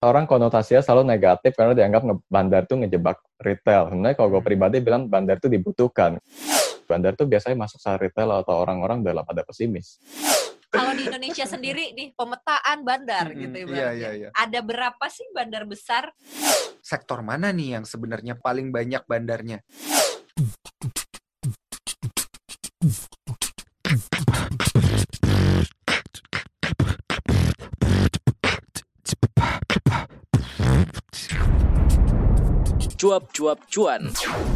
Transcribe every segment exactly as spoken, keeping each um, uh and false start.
orang konotasinya selalu negatif karena dianggap nge- bandar tuh ngejebak retail. Sebenarnya kalau gue pribadi bilang bandar tuh dibutuhkan. Bandar tuh biasanya masuk saat retail atau orang-orang udah pada pesimis. Kalau di Indonesia sendiri nih, pemetaan bandar Mm-mm, gitu iya, ibaratnya. iya, iya. Ada berapa sih bandar besar? Sektor mana nih yang sebenarnya paling banyak bandarnya? Cuap-cuap cuan.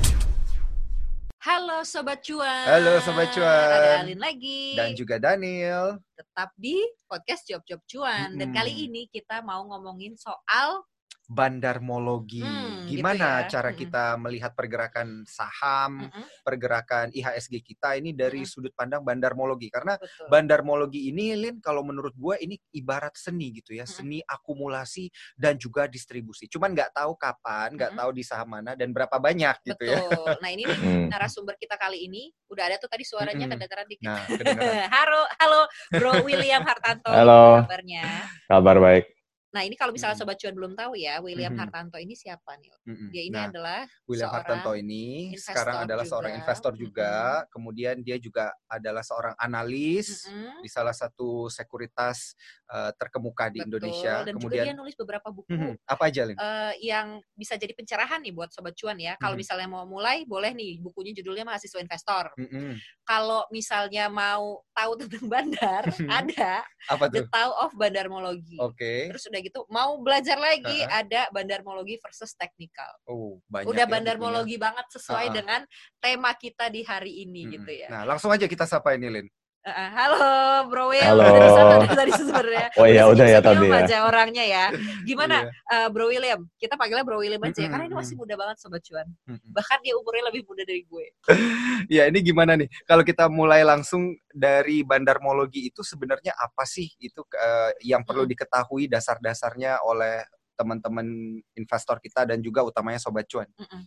Halo Sobat Cuan. Halo Sobat Cuan. Ada Alin lagi. Dan juga Daniel. Tetap di podcast Cuap-cuap Cuan. Dan Mm-mm. kali ini kita mau ngomongin soal Bandarmologi. Hmm, Gimana gitu ya. cara Mm-mm. kita melihat pergerakan saham, Mm-mm. pergerakan I H S G kita ini dari Mm-mm. sudut pandang bandarmologi. Karena Betul. bandarmologi ini, Lin, kalau menurut gue ini ibarat seni gitu ya. Mm-mm. Seni akumulasi dan juga distribusi. Cuman nggak tahu kapan, nggak Mm-mm. tahu di saham mana dan berapa banyak gitu ya. Betul. Nah ini nih Hmm. narasumber kita kali ini udah ada tuh tadi suaranya Mm-mm. kedengeran dikit. Nah, kedengeran. halo, halo Bro William Hartanto. Halo. Gimana kabarnya? Kabar baik. Nah ini kalau misalnya Mm-mm. Sobat Cuan belum tahu ya, William Mm-mm. Hartanto ini siapa nih? Mm-mm. Dia ini Nah, adalah William seorang Hartanto ini investor sekarang adalah juga. seorang investor juga, kemudian dia juga adalah seorang analis Mm-mm. di salah satu sekuritas uh, terkemuka di Betul. Indonesia. Dan Kemudian juga dia nulis beberapa buku Mhm, apa aja, Lin? eh, yang bisa jadi pencerahan nih buat Sobat Cuan ya. Kalau Mhm. misalnya mau mulai, boleh nih bukunya judulnya Mahasiswa Investor. Mm-mm. Kalau misalnya mau tahu tentang bandar, Mhm. ada Apa The tuh? Tao of Bandarmologi. Oke. Terus udah gitu, mau belajar lagi, Uh-uh. ada Bandarmologi versus Technical. Oh, banyak Udah ya bandarmologi banget sesuai Uh-uh. dengan tema kita di hari ini bukunya. gitu ya. Nah, langsung aja kita sapa ini, Lin. Uh, halo Bro Will, Halo. dari sana dari tadi sebenarnya. Oh iya, udah ya tadi senyum ya. aja orangnya ya. Gimana Iya. uh, Bro William? Kita panggilnya Bro William aja ya, Mm-mm, karena ini masih mm. muda banget Sobat Cuan. Mm-mm. Bahkan dia umurnya lebih muda dari gue. Ya, ini gimana nih? Kalau kita mulai langsung dari bandarmologi itu sebenarnya apa sih itu uh, yang perlu Mm. diketahui dasar-dasarnya oleh teman-teman investor kita dan juga utamanya Sobat Cuan? Mm-mm.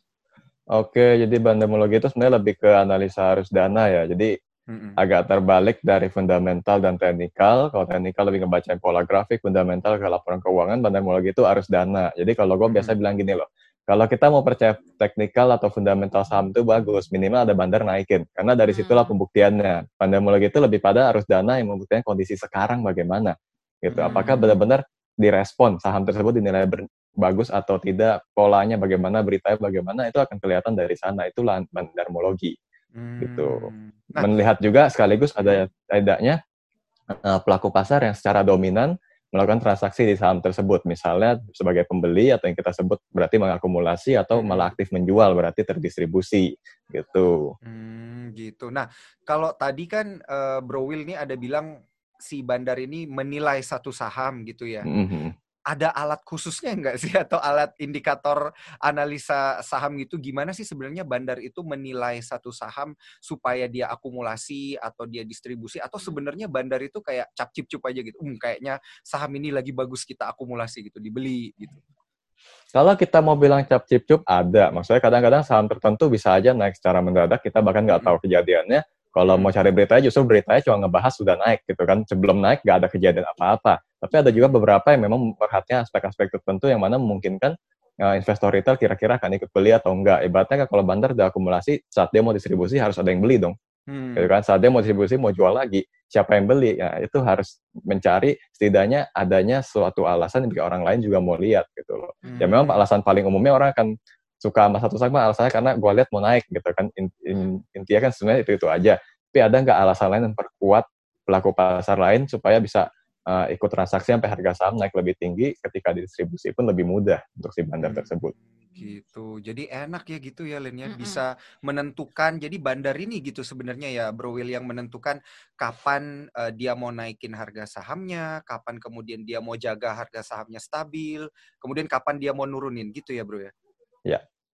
Oke, jadi bandarmologi itu sebenarnya lebih ke analisa arus dana ya. Jadi Mm-mm. agak terbalik dari fundamental dan teknikal. Kalau teknikal lebih ngebacain pola grafik, fundamental ke laporan keuangan, bandarmologi itu arus dana. Jadi kalau gue biasa Mm-mm. bilang gini loh, kalau kita mau percaya teknikal atau fundamental saham itu bagus, minimal ada bandar naikin. Karena dari situlah Hmm. pembuktiannya. Bandarmologi itu lebih pada arus dana yang membuktikan kondisi sekarang bagaimana. Gitu. Apakah Hmm. benar-benar direspon saham tersebut dinilai ber- bagus atau tidak, polanya bagaimana, beritanya bagaimana, itu akan kelihatan dari sana. Itulah bandarmologi. Gitu. Hmm. Nah, Melihat juga sekaligus ada tidaknya uh, pelaku pasar yang secara dominan melakukan transaksi di saham tersebut. Misalnya sebagai pembeli atau yang kita sebut berarti mengakumulasi atau Hmm. malah aktif menjual berarti terdistribusi gitu. Hmm, gitu. Nah, kalau tadi kan uh, Bro Will nih ada bilang si bandar ini menilai satu saham gitu ya. Mhm. Ada alat khususnya nggak sih atau alat indikator analisa saham gitu? Gimana sih sebenarnya bandar itu menilai satu saham supaya dia akumulasi atau dia distribusi, atau sebenarnya bandar itu kayak cap cip cup aja gitu? Hmm, kayaknya saham ini lagi bagus kita akumulasi gitu, dibeli gitu. Kalau kita mau bilang cap cip cup ada, maksudnya kadang-kadang saham tertentu bisa aja naik secara mendadak, kita bahkan nggak tahu kejadiannya. Kalau mau cari beritanya, justru beritanya cuma ngebahas sudah naik gitu kan. Sebelum naik nggak ada kejadian apa-apa. Tapi ada juga beberapa yang memang perhatian aspek-aspek tertentu yang mana memungkinkan uh, investor retail kira-kira akan ikut beli atau enggak. Ibaratnya kan kalau bandar udah akumulasi, saat dia mau distribusi harus ada yang beli dong. Hmm. Gitu kan. Saat dia mau distribusi, mau jual lagi, siapa yang beli? Ya, itu harus mencari setidaknya adanya suatu alasan yang orang lain juga mau lihat gitu loh. Hmm. Ya memang alasan paling umumnya orang akan suka sama satu sama alasannya karena gue lihat mau naik gitu kan. In, in, intinya kan sebenarnya itu itu aja. Tapi ada nggak alasan lain yang memperkuat pelaku pasar lain supaya bisa uh, ikut transaksi sampai harga saham naik lebih tinggi, ketika didistribusi pun lebih mudah untuk si bandar tersebut. Gitu. Jadi enak ya gitu ya, Len ya. Mm-mm. Bisa menentukan. Jadi bandar ini gitu sebenarnya ya, Bro Will, yang menentukan kapan uh, dia mau naikin harga sahamnya, kapan kemudian dia mau jaga harga sahamnya stabil, kemudian kapan dia mau nurunin gitu ya, Bro ya. Ya.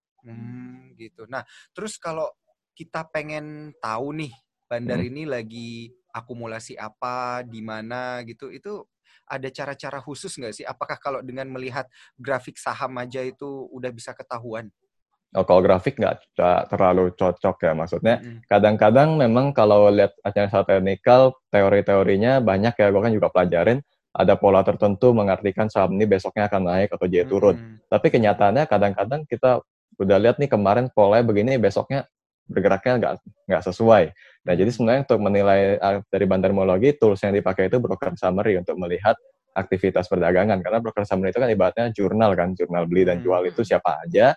Hmm, gitu. Nah, terus kalau kita pengen tahu nih bandar Hmm. ini lagi akumulasi apa, di mana gitu, itu ada cara-cara khusus nggak sih? Apakah kalau dengan melihat grafik saham aja itu udah bisa ketahuan? Oh, kalau grafik nggak terlalu cocok ya, maksudnya Mm-mm. kadang-kadang memang kalau lihat analisa teknikal, teori-teorinya banyak ya, gue kan juga pelajarin, ada pola tertentu mengartikan saham ini besoknya akan naik atau dia turun. Hmm. Tapi kenyataannya kadang-kadang kita udah lihat nih kemarin polanya begini, besoknya bergeraknya nggak nggak sesuai. Nah, jadi sebenarnya untuk menilai uh, dari bandarmologi, tools yang dipakai itu broker summary untuk melihat aktivitas perdagangan. Karena broker summary itu kan ibaratnya jurnal kan, jurnal beli dan jual itu siapa aja,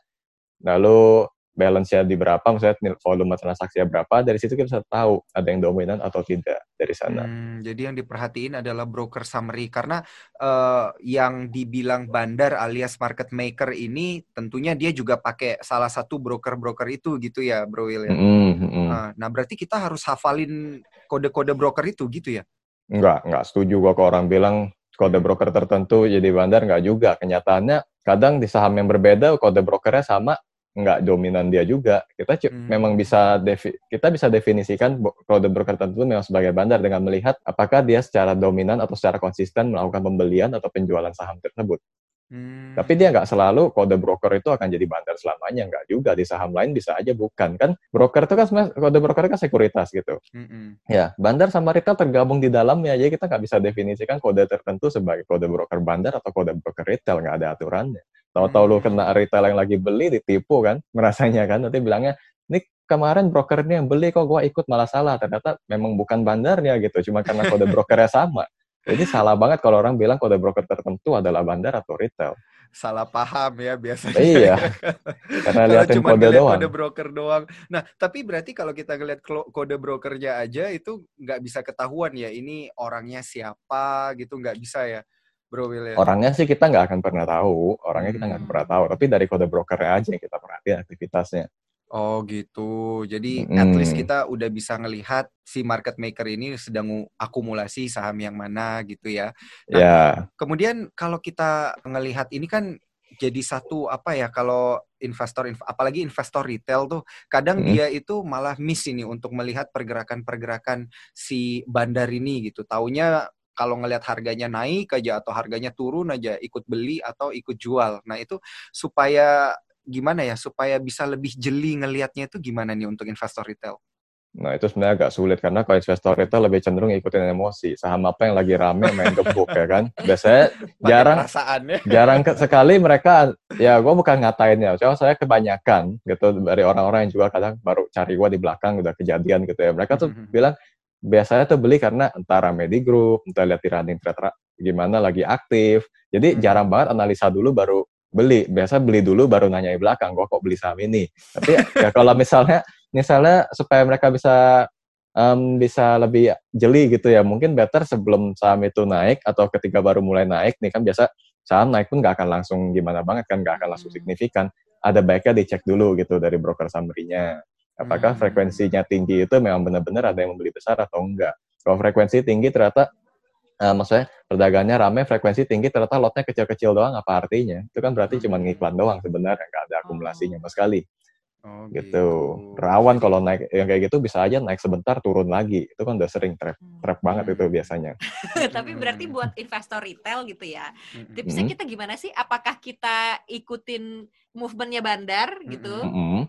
lalu balance-nya di berapa, misalnya volume transaksinya berapa, dari situ kita bisa tahu ada yang dominan atau tidak dari sana. Hmm, jadi yang diperhatiin adalah broker summary karena uh, yang dibilang bandar alias market maker ini tentunya dia juga pakai salah satu broker-broker itu gitu ya, Bro Will ya. Mm-hmm, mm-hmm. Uh, nah berarti kita harus hafalin kode-kode broker itu gitu ya? Enggak, enggak setuju gua kalau orang bilang kode broker tertentu jadi bandar, enggak juga. Kenyataannya kadang di saham yang berbeda kode brokernya sama, nggak dominan dia juga. Kita c- hmm. memang bisa defi- kita bisa definisikan kode broker tertentu memang sebagai bandar dengan melihat apakah dia secara dominan atau secara konsisten melakukan pembelian atau penjualan saham tersebut. Hmm. Tapi dia nggak selalu kode broker itu akan jadi bandar selamanya, nggak juga. Di saham lain bisa aja bukan. Kan broker itu kan sebenarnya kode broker kan sekuritas gitu. Hmm. Ya, bandar sama retail tergabung di dalamnya, jadi kita nggak bisa definisikan kode tertentu sebagai kode broker bandar atau kode broker retail, nggak ada aturannya. Tahu-tahu hmm. lu kena retail yang lagi beli, ditipu kan, merasanya kan, nanti bilangnya, ini kemarin broker ini yang beli kok gue ikut malah salah, ternyata memang bukan bandarnya gitu, cuma karena kode brokernya sama. Jadi salah banget kalau orang bilang kode broker tertentu adalah bandar atau retail. Salah paham ya biasanya. Iya, karena liatin kode doang. Kode broker doang. Nah, tapi berarti kalau kita ngeliat kode brokernya aja itu nggak bisa ketahuan ya, ini orangnya siapa gitu, nggak bisa ya? Bro Will ya? Orangnya sih kita nggak akan pernah tahu, orangnya kita nggak Hmm. pernah tahu, tapi dari kode brokernya aja yang kita perhatiin aktivitasnya. Oh gitu, jadi Mm. at least kita udah bisa ngelihat si market maker ini sedang akumulasi saham yang mana gitu ya. Nah, yeah. Kemudian kalau kita ngelihat ini kan jadi satu apa ya, kalau investor, apalagi investor retail tuh, kadang mm. dia itu malah miss ini untuk melihat pergerakan-pergerakan si bandar ini gitu. Taunya kalau ngelihat harganya naik aja atau harganya turun aja ikut beli atau ikut jual. Nah itu supaya gimana ya, supaya bisa lebih jeli ngelihatnya itu gimana nih untuk investor retail? Nah itu sebenarnya agak sulit karena kalau investor retail lebih cenderung ikutin emosi. Saham apa yang lagi rame main gebuk ya kan. Biasanya jarang jarang sekali mereka, ya gue bukan ngatain ya, cuma saya kebanyakan gitu dari orang-orang yang juga kadang baru cari gue di belakang udah kejadian gitu ya. Mereka tuh mm-hmm. bilang biasanya tuh beli karena entah rame di grup, entah lihat di running trade gimana lagi aktif. Jadi mm-hmm. jarang banget analisa dulu baru beli. Biasa beli dulu baru nanya di belakang, gue kok beli saham ini. Tapi ya kalau misalnya misalnya supaya mereka bisa um, bisa lebih jeli gitu ya, mungkin better sebelum saham itu naik atau ketika baru mulai naik nih kan biasa saham naik pun nggak akan langsung gimana banget kan, nggak akan langsung signifikan. Ada baiknya dicek dulu gitu dari broker summary-nya. Apakah hmm. frekuensinya tinggi itu memang benar-benar ada yang membeli besar atau enggak. Kalau frekuensi tinggi ternyata Uh, maksudnya perdagangannya rame, frekuensi tinggi, ternyata lotnya kecil-kecil doang, apa artinya? Itu kan berarti cuma ngiklan doang sebenarnya, nggak ada akumulasinya sama sekali. Oh, gitu. gitu. Rawan kalau naik yang kayak gitu bisa aja naik sebentar turun lagi. Itu kan udah sering trap, trap banget itu biasanya. Tapi berarti buat investor retail gitu ya, tipsnya kita gimana sih? Apakah kita ikutin movementnya bandar gitu, mm-hmm.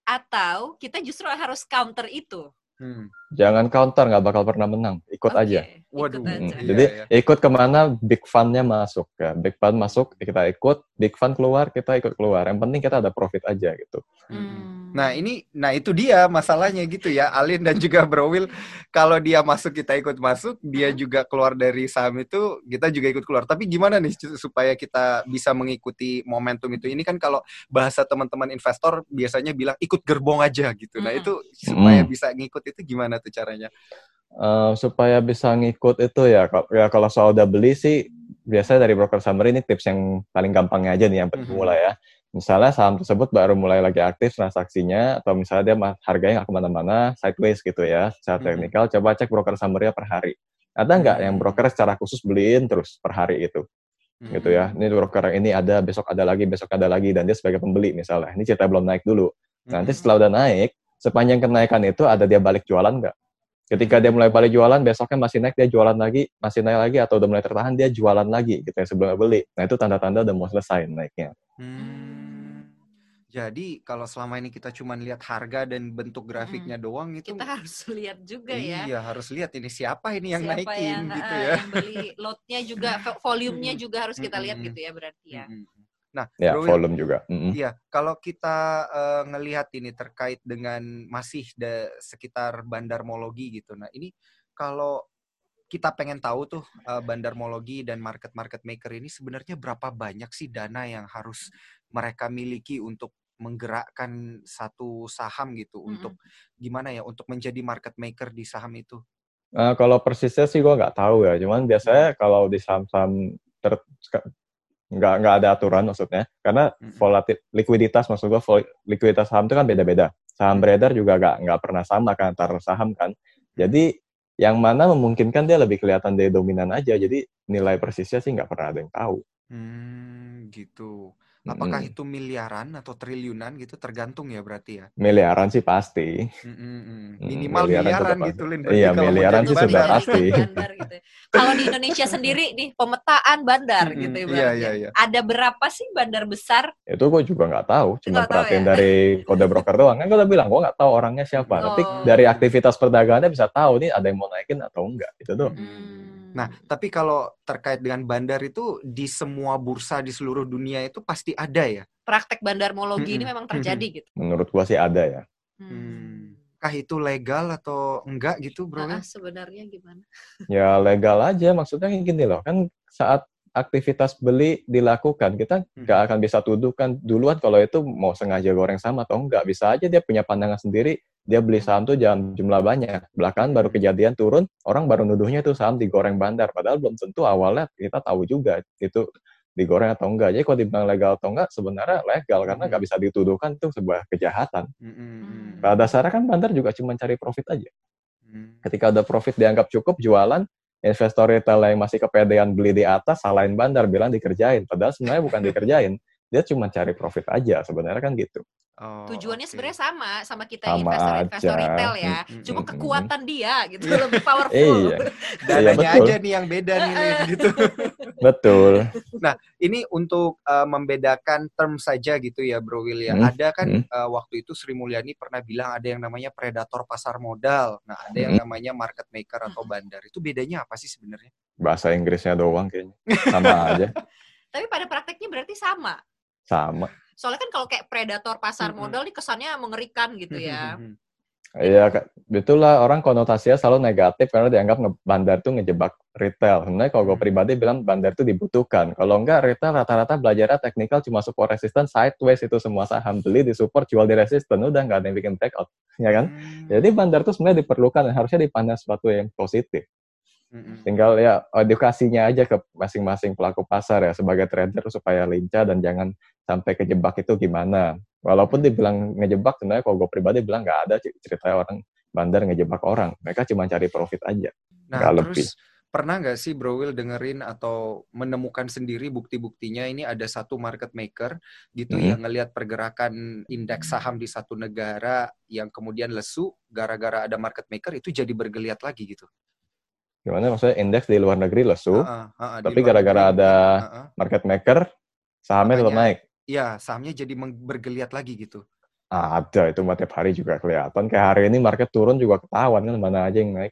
atau kita justru harus counter itu? Hmm. Jangan counter, nggak bakal pernah menang. Ikut okay. aja. Waduh. Ikut aja. Jadi iya, iya. ikut kemana big fund-nya masuk. Ya. Big fund masuk, kita ikut. Big fund keluar, kita ikut keluar. Yang penting kita ada profit aja gitu. Hmm. Nah ini, nah itu dia masalahnya gitu ya, Alin dan juga Bro Will. Kalau dia masuk, kita ikut masuk. Dia juga keluar dari saham itu, kita juga ikut keluar. Tapi gimana nih supaya kita bisa mengikuti momentum itu? Ini kan kalau bahasa teman-teman investor biasanya bilang ikut gerbong aja gitu. Nah itu supaya hmm. bisa ngikut itu gimana tuh caranya? Uh, supaya bisa ngikut itu ya, ya kalau soal udah beli sih biasanya dari broker summary ini tips yang paling gampangnya aja nih yang pemula ya. Misalnya saham tersebut baru mulai lagi aktif transaksinya atau misalnya dia harganya nggak kemana-mana, sideways gitu ya, secara teknikal, mm-hmm. coba cek broker summary per hari. Ada nggak mm-hmm. yang broker secara khusus beliin terus per hari itu? Mm-hmm. Gitu ya, ini broker ini ada, besok ada lagi, besok ada lagi, dan dia sebagai pembeli misalnya. Ini cerita belum naik dulu. Nanti setelah udah naik, sepanjang kenaikan itu ada dia balik jualan nggak? Ketika dia mulai balik jualan, besoknya masih naik, dia jualan lagi, masih naik lagi, atau udah mulai tertahan, dia jualan lagi gitu ya sebelum beli. Nah itu tanda-tanda udah mau selesai naiknya. Hmm. Jadi kalau selama ini kita cuma lihat harga dan bentuk grafiknya mm-hmm. doang itu kita harus lihat juga ya. Iya, harus lihat ini siapa ini yang siapa naikin yang, gitu uh, ya. Yang beli lotnya juga, volumenya juga harus kita lihat gitu ya berarti ya. Nah, ya, Bro, volume juga. Mm-hmm. Iya, kalau kita uh, ngelihat ini terkait dengan masih de, sekitar bandarmologi gitu. Nah, ini kalau kita pengen tahu tuh uh, bandarmologi dan market-market maker ini sebenarnya berapa banyak sih dana yang harus mereka miliki untuk menggerakkan satu saham gitu, mm-hmm. untuk gimana ya, untuk menjadi market maker di saham itu? Uh, kalau persisnya sih gue nggak tahu ya, cuman biasanya mm-hmm. kalau di saham-saham ter nggak nggak ada aturan maksudnya, karena volatil likuiditas maksud gue likuiditas saham itu kan beda-beda. Saham beredar juga nggak nggak pernah sama kan antar saham kan. Jadi yang mana memungkinkan dia lebih kelihatan dia dominan aja. Jadi nilai persisnya sih nggak pernah ada yang tahu. Hmm, gitu. Apakah hmm. itu miliaran atau triliunan gitu? Tergantung ya berarti ya? Miliaran sih pasti. Mm-mm. Minimal miliaran, miliaran gitu, Lin. Iya, miliaran sih sudah pasti. Bandar, gitu. Kalau di Indonesia sendiri nih, pemetaan bandar Mm-mm. gitu ya. Iya, iya, iya. Ada berapa sih bandar besar? Itu gue juga nggak tahu. Cuma nggak perhatiin tahu ya? dari kode broker doang. Kan gue udah bilang, gue nggak tahu orangnya siapa. Oh. Tapi dari aktivitas perdagangannya bisa tahu nih ada yang mau naikin atau enggak. Itu tuh. Hmm. Nah, tapi kalau terkait dengan bandar itu di semua bursa di seluruh dunia itu pasti ada ya? Praktek bandarmologi hmm. ini memang terjadi gitu? Menurut gua sih ada ya. Hmm. Kah itu legal atau enggak gitu, Bro? Nah, sebenarnya gimana? Ya legal aja, maksudnya gini loh. Kan saat aktivitas beli dilakukan, kita nggak akan bisa tuduhkan duluan kalau itu mau sengaja goreng saham atau enggak. Bisa aja dia punya pandangan sendiri, dia beli saham tuh dalam jumlah banyak. Belakangan baru kejadian turun, orang baru nuduhnya tuh saham digoreng bandar. Padahal belum tentu awalnya kita tahu juga itu digoreng atau enggak. Jadi kalau dibilang legal atau enggak, sebenarnya legal karena nggak bisa dituduhkan itu sebuah kejahatan. Mm-hmm. Pada dasarnya kan bandar juga cuma cari profit aja. Ketika ada profit dianggap cukup, jualan, investor retail yang masih kepedean beli di atas, salahin bandar, bilang dikerjain. Padahal sebenarnya bukan dikerjain. Dia cuma cari profit aja, sebenarnya kan gitu. Oh, Tujuannya okay. sebenarnya sama, sama kita sama investor-investor retail ya. Mm-hmm. Cuma kekuatan dia gitu, lebih powerful. Iya. Dananya iya, aja nih yang beda nih, gitu. Betul. Nah, ini untuk uh, membedakan term saja gitu ya, Bro Will ya. Mm-hmm. Ada kan mm-hmm. uh, waktu itu Sri Mulyani pernah bilang ada yang namanya predator pasar modal. Nah, ada yang mm-hmm. namanya market maker atau bandar. Itu bedanya apa sih sebenarnya? Bahasa Inggrisnya doang kayaknya. Sama aja. Tapi pada prakteknya berarti sama. Sama. Soalnya kan kalau kayak predator pasar mm-hmm. modal nih kesannya mengerikan gitu ya. Iya, itulah orang konotasinya selalu negatif karena dianggap bandar tuh ngejebak retail. Sebenarnya kalau gue pribadi bilang bandar tuh dibutuhkan. Kalau enggak, retail rata-rata belajarnya teknikal cuma support resistance, sideways itu semua saham. Beli di support, jual di resistance, udah nggak ada yang bikin breakout. Ya kan? Hmm. Jadi bandar tuh sebenarnya diperlukan dan harusnya dipandang sesuatu yang positif. Hmm. Tinggal ya edukasinya aja ke masing-masing pelaku pasar ya sebagai trader supaya lincah dan jangan sampai kejebak itu gimana. Walaupun dibilang ngejebak, sebenarnya kalau gue pribadi bilang nggak ada ceritanya orang bandar ngejebak orang. Mereka cuma cari profit aja. Nah, nggak terus lebih. Pernah nggak sih Bro Will dengerin atau menemukan sendiri bukti-buktinya ini ada satu market maker gitu hmm. yang ngelihat pergerakan indeks saham di satu negara yang kemudian lesu gara-gara ada market maker itu jadi bergeliat lagi gitu? Gimana maksudnya indeks di luar negeri lesu, uh-uh, uh-uh, tapi gara-gara ada uh-uh. market maker sahamnya tetap naik? Iya, sahamnya jadi bergeliat lagi gitu. Ada, itu tiap hari juga kelihatan. Kayak hari ini market turun juga ketahuan kan mana aja yang naik.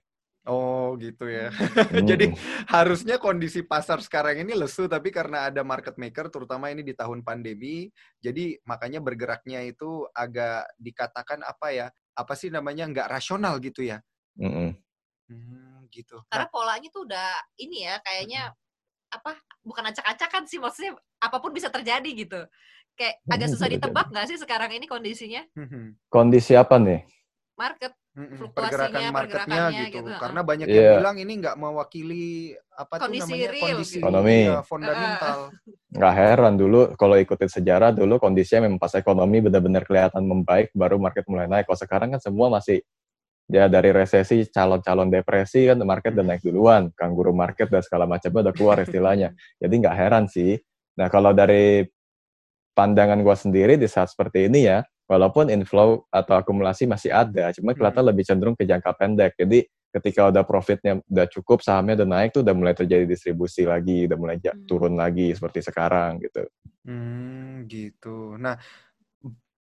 Oh gitu ya. Hmm. Jadi harusnya kondisi pasar sekarang ini lesu, tapi karena ada market maker, terutama ini di tahun pandemi, jadi makanya bergeraknya itu agak dikatakan apa ya, apa sih namanya, nggak rasional gitu ya. Mm-mm. Hmm, gitu. Karena nah, polanya tuh udah ini ya, kayaknya apa, bukan acak-acakan sih, maksudnya apapun bisa terjadi gitu. Kayak agak susah ditebak nggak sih sekarang ini kondisinya? Kondisi apa nih? Market. Mm-mm, pergerakan marketnya gitu. gitu. Karena banyak yeah. yang bilang ini nggak mewakili apa kondisi tuh namanya real, kondisi gitu. Ekonomi ya, fundamental. Nggak heran dulu kalau ikutin sejarah dulu kondisinya memang pas ekonomi benar-benar kelihatan membaik baru market mulai naik. Kalau sekarang kan semua masih ya dari resesi calon-calon depresi kan market udah naik duluan, kangguru market dan segala macamnya udah keluar istilahnya. Jadi nggak heran sih. Nah kalau dari pandangan gua sendiri di saat seperti ini ya, walaupun inflow atau akumulasi masih ada, cuma kelihatan hmm. lebih cenderung ke jangka pendek. Jadi ketika udah profitnya udah cukup, sahamnya udah naik tuh udah mulai terjadi distribusi lagi, udah mulai hmm. turun lagi seperti sekarang gitu. Hmm, gitu. Nah,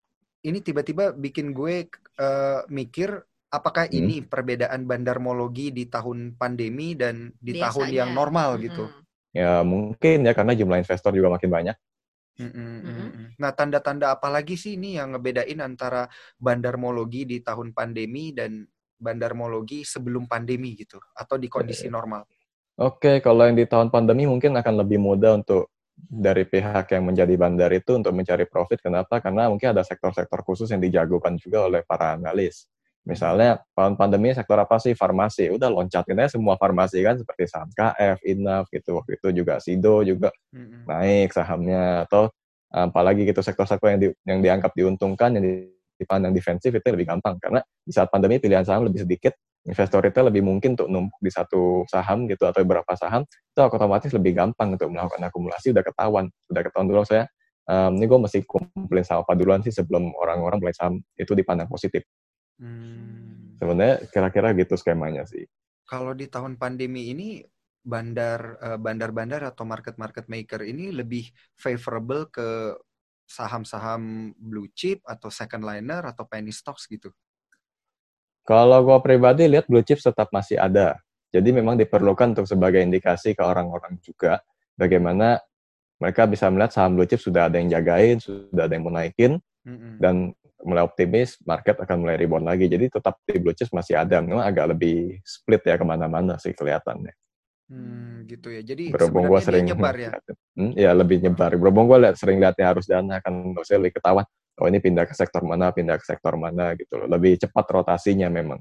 ini tiba-tiba bikin gue uh, mikir apakah Hmm. ini perbedaan bandarmologi di tahun pandemi dan di Biasanya. tahun yang normal Mm-mm. gitu. Ya mungkin ya karena jumlah investor juga makin banyak. Mm-mm, Mm-mm. mm-mm. Nah, tanda-tanda apa lagi sih ini yang ngebedain antara bandarmologi di tahun pandemi dan bandarmologi sebelum pandemi gitu atau di kondisi normal? Oke, kalau yang di tahun pandemi mungkin akan lebih mudah untuk dari pihak yang menjadi bandar itu untuk mencari profit. Kenapa? Karena mungkin ada sektor-sektor khusus yang dijagokan juga oleh para analis. Misalnya tahun pandemi sektor apa sih? Farmasi. Udah loncatin aja semua farmasi kan seperti saham K F, Inaf gitu. Waktu itu juga Sido juga Mm-mm. naik sahamnya, atau apalagi gitu sektor-sektor yang di, yang dianggap diuntungkan, yang dipandang defensif itu lebih gampang karena di saat pandemi pilihan saham lebih sedikit, investor itu lebih mungkin untuk numpuk di satu saham gitu atau beberapa saham, itu otomatis lebih gampang untuk melakukan akumulasi. Udah ketahuan, udah ketahuan dulu saya um, ini gue mesti kumpulin saham apa duluan sih sebelum orang-orang mulai saham itu dipandang positif. Hmm. Sebenarnya kira-kira gitu skemanya sih. Kalau di tahun pandemi ini bandar uh, bandar-bandar atau market-market maker ini lebih favorable ke saham-saham blue chip atau second liner atau penny stocks gitu. Kalau gue pribadi lihat blue chips tetap masih ada. Jadi memang diperlukan untuk sebagai indikasi ke orang-orang juga bagaimana mereka bisa melihat saham blue chip sudah ada yang jagain, sudah ada yang mau naikin, Mm-mm. dan mulai optimis, market akan mulai rebound lagi. Jadi tetap di blue chips masih ada, memang agak lebih split ya kemana-mana sih kelihatannya. Hmm, gitu ya. Jadi Berhubung gue sebenarnya sering dia nyebar ya. hmm, ya lebih nyebar. Berhubung gue lihat, sering lihatnya harus dana kan, saya lebih ketahuan. Oh ini pindah ke sektor mana, pindah ke sektor mana gitu loh. Lebih cepat rotasinya memang.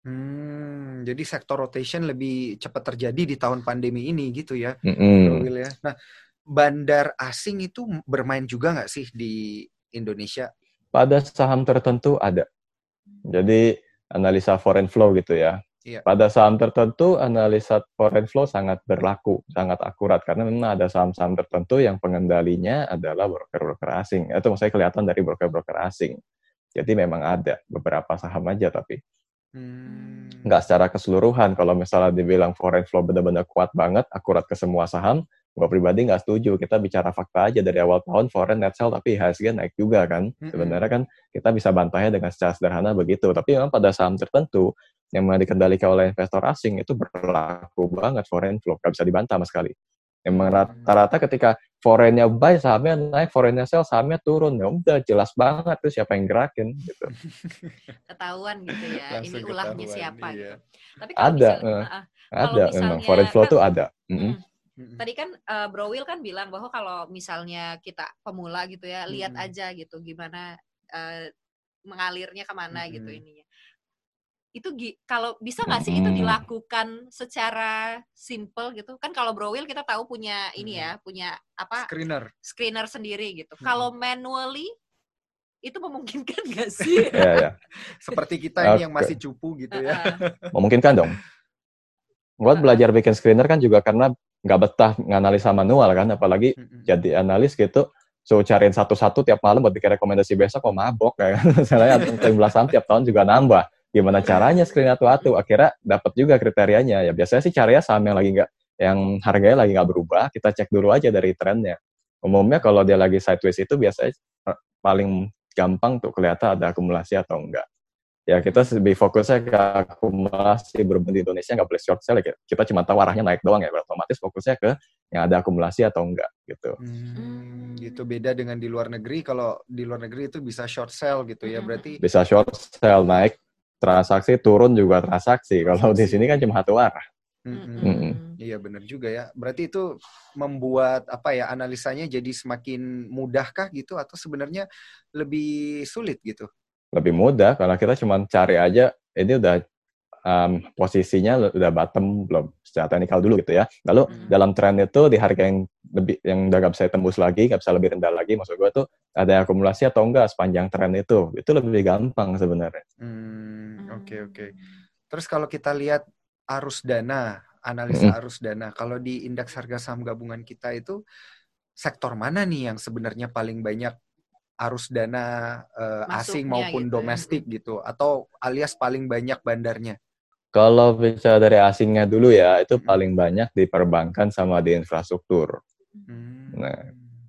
Hmm, jadi sektor rotation lebih cepat terjadi di tahun pandemi ini gitu ya, Mm-mm. Bro Will ya. Nah, bandar asing itu bermain juga nggak sih di Indonesia? Pada saham tertentu ada. Jadi analisa foreign flow gitu ya. Iya. Pada saham tertentu analisa foreign flow sangat berlaku, sangat akurat karena memang ada saham-saham tertentu yang pengendalinya adalah broker-broker asing. Itu maksudnya kelihatan dari broker-broker asing. Jadi memang ada beberapa saham aja tapi Hmm. nggak secara keseluruhan. Kalau misalnya dibilang foreign flow benar-benar kuat banget, akurat ke semua saham, gue pribadi nggak setuju. Kita bicara fakta aja dari awal tahun foreign net sell tapi I H S G naik juga kan. Sebenarnya kan kita bisa bantahnya dengan secara sederhana begitu. Tapi memang pada saham tertentu yang dikendalikan oleh investor asing itu berlaku banget foreign flow, nggak bisa dibantah sama sekali. Emang rata-rata ketika foreign-nya buy, sahamnya naik, foreign-nya sell, sahamnya turun. Ya udah jelas banget tuh siapa yang gerakin gitu. Ketahuan gitu ya. Langsung ini ulahnya ketahuan, siapa iya. gitu. Tapi kalau Ada, misalnya eh, uh, ada kalau memang misalnya foreign flow kan, tuh ada. mm, Mm-mm. tadi kan uh, Bro Will kan bilang bahwa kalau misalnya kita pemula gitu ya, lihat Mm-mm. aja gitu gimana uh, mengalirnya kemana Mm-mm. gitu ininya. Itu gi- kalau bisa nggak sih itu Mm-mm. dilakukan secara simple gitu kan? Kalau Bro Will kita tahu punya ini ya, punya apa Screener. screener sendiri gitu. Mm-mm. Kalau manually itu memungkinkan nggak sih? Ya, ya. Seperti kita ini yang Oke. masih cupu gitu ya. Uh-uh. Memungkinkan dong. Buat belajar bikin screener kan juga karena nggak betah nganalisa manual kan, apalagi Mm-mm. jadi analis gitu. So cariin satu-satu tiap malam buat bikin rekomendasi besok mau mabok kayak misalnya jumlah saham tiap tahun juga nambah. Gimana caranya screen atu-atu? Akhirnya dapat juga kriterianya. Ya biasanya sih caranya saham yang lagi nggak, yang harganya lagi nggak berubah, kita cek dulu aja dari trennya. Umumnya kalau dia lagi sideways itu biasanya paling gampang tuh kelihatan ada akumulasi atau enggak. Ya kita lebih fokusnya ke akumulasi, berhubung di Indonesia nggak boleh short sell ya. Kita cuma tahu arahnya naik doang ya, otomatis fokusnya ke yang ada akumulasi atau enggak gitu. Hmm, gitu beda dengan di luar negeri. Kalau di luar negeri itu bisa short sell gitu ya, berarti bisa short sell, naik transaksi, turun juga transaksi. Kalau di sini kan cuma satu arah. Mm-mm. Mm-mm. Iya benar juga ya. Berarti itu membuat apa ya analisanya jadi semakin mudahkah gitu atau sebenarnya lebih sulit gitu? Lebih mudah kalau kita cuma cari aja ini udah um, posisinya udah bottom belum secara teknikal dulu gitu ya. Lalu Hmm. dalam tren itu di harga yang lebih yang udah nggak bisa tembus lagi, nggak bisa lebih rendah lagi, maksud gue tuh ada akumulasi atau enggak sepanjang tren itu. Itu lebih gampang sebenarnya. Hmm, oke oke. Terus kalau kita lihat arus dana, analisa Mm-mm. arus dana, kalau di indeks harga saham gabungan kita itu sektor mana nih yang sebenarnya paling banyak arus dana uh, asing Masuknya maupun gitu ya. domestik gitu, atau alias paling banyak bandarnya? Kalau bicara dari asingnya dulu ya, itu Mm-mm. paling banyak di perbankan sama di infrastruktur. Hmm. Nah,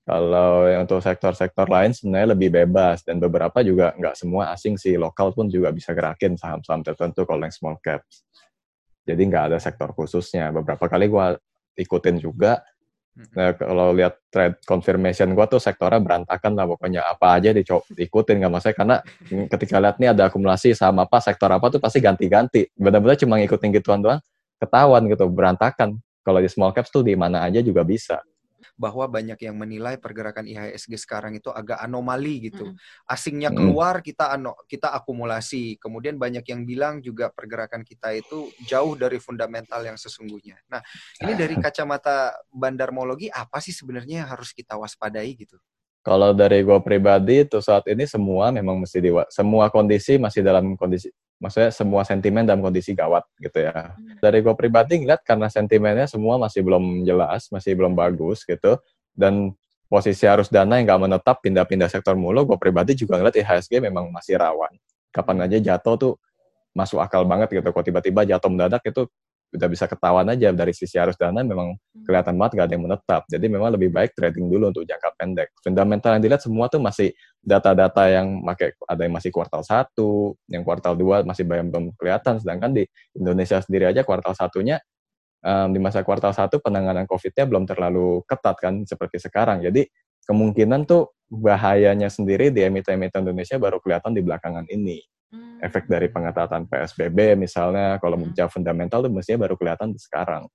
Kalau yang untuk sektor-sektor lain sebenarnya lebih bebas, dan beberapa juga nggak semua asing sih, lokal pun juga bisa gerakin saham-saham tertentu kalau yang small caps. Jadi nggak ada sektor khususnya. Beberapa kali gue ikutin juga. Nah, kalau lihat trade confirmation gue tuh sektornya berantakan lah pokoknya. Apa aja diikutin, nggak masalah. Karena ketika lihat nih ada akumulasi saham apa, sektor apa tuh pasti ganti-ganti. Benar-benar cuma ngikutin gituan doang, ketahuan gitu, berantakan. Kalau di small caps tuh di mana aja juga bisa. Bahwa banyak yang menilai pergerakan I H S G sekarang itu agak anomali gitu. Mm-mm. Asingnya keluar, kita ano, kita akumulasi. Kemudian banyak yang bilang juga pergerakan kita itu jauh dari fundamental yang sesungguhnya. Nah, ini dari kacamata bandarmologi, apa sih sebenarnya yang harus kita waspadai gitu? Kalau dari gue pribadi tuh saat ini semua memang mesti diwa, semua kondisi masih dalam kondisi, maksudnya semua sentimen dalam kondisi gawat gitu ya. Dari gue pribadi ngeliat karena sentimennya semua masih belum jelas, masih belum bagus gitu, dan posisi arus dana yang nggak menetap pindah-pindah sektor mulu, gue pribadi juga ngeliat I H S G memang masih rawan. Kapan aja jatuh tuh masuk akal banget gitu. Kalau tiba-tiba jatuh mendadak itu udah bisa ketahuan aja dari sisi arus dana memang kelihatan banget gak ada yang menetap. Jadi memang lebih baik trading dulu untuk jangka pendek. Fundamental yang dilihat semua tuh masih data-data yang pakai, ada yang masih kuartal satu, yang kuartal dua masih belum kelihatan. Sedangkan di Indonesia sendiri aja kuartal satunya, um, di masa kuartal satu penanganan COVID-nya belum terlalu ketat kan seperti sekarang. Jadi kemungkinan tuh bahayanya sendiri di emiten-emiten Indonesia baru kelihatan di belakangan ini. Hmm. Efek dari pengetatan P S B B misalnya, kalau hmm. bicara fundamental tuh mestinya baru kelihatan sekarang.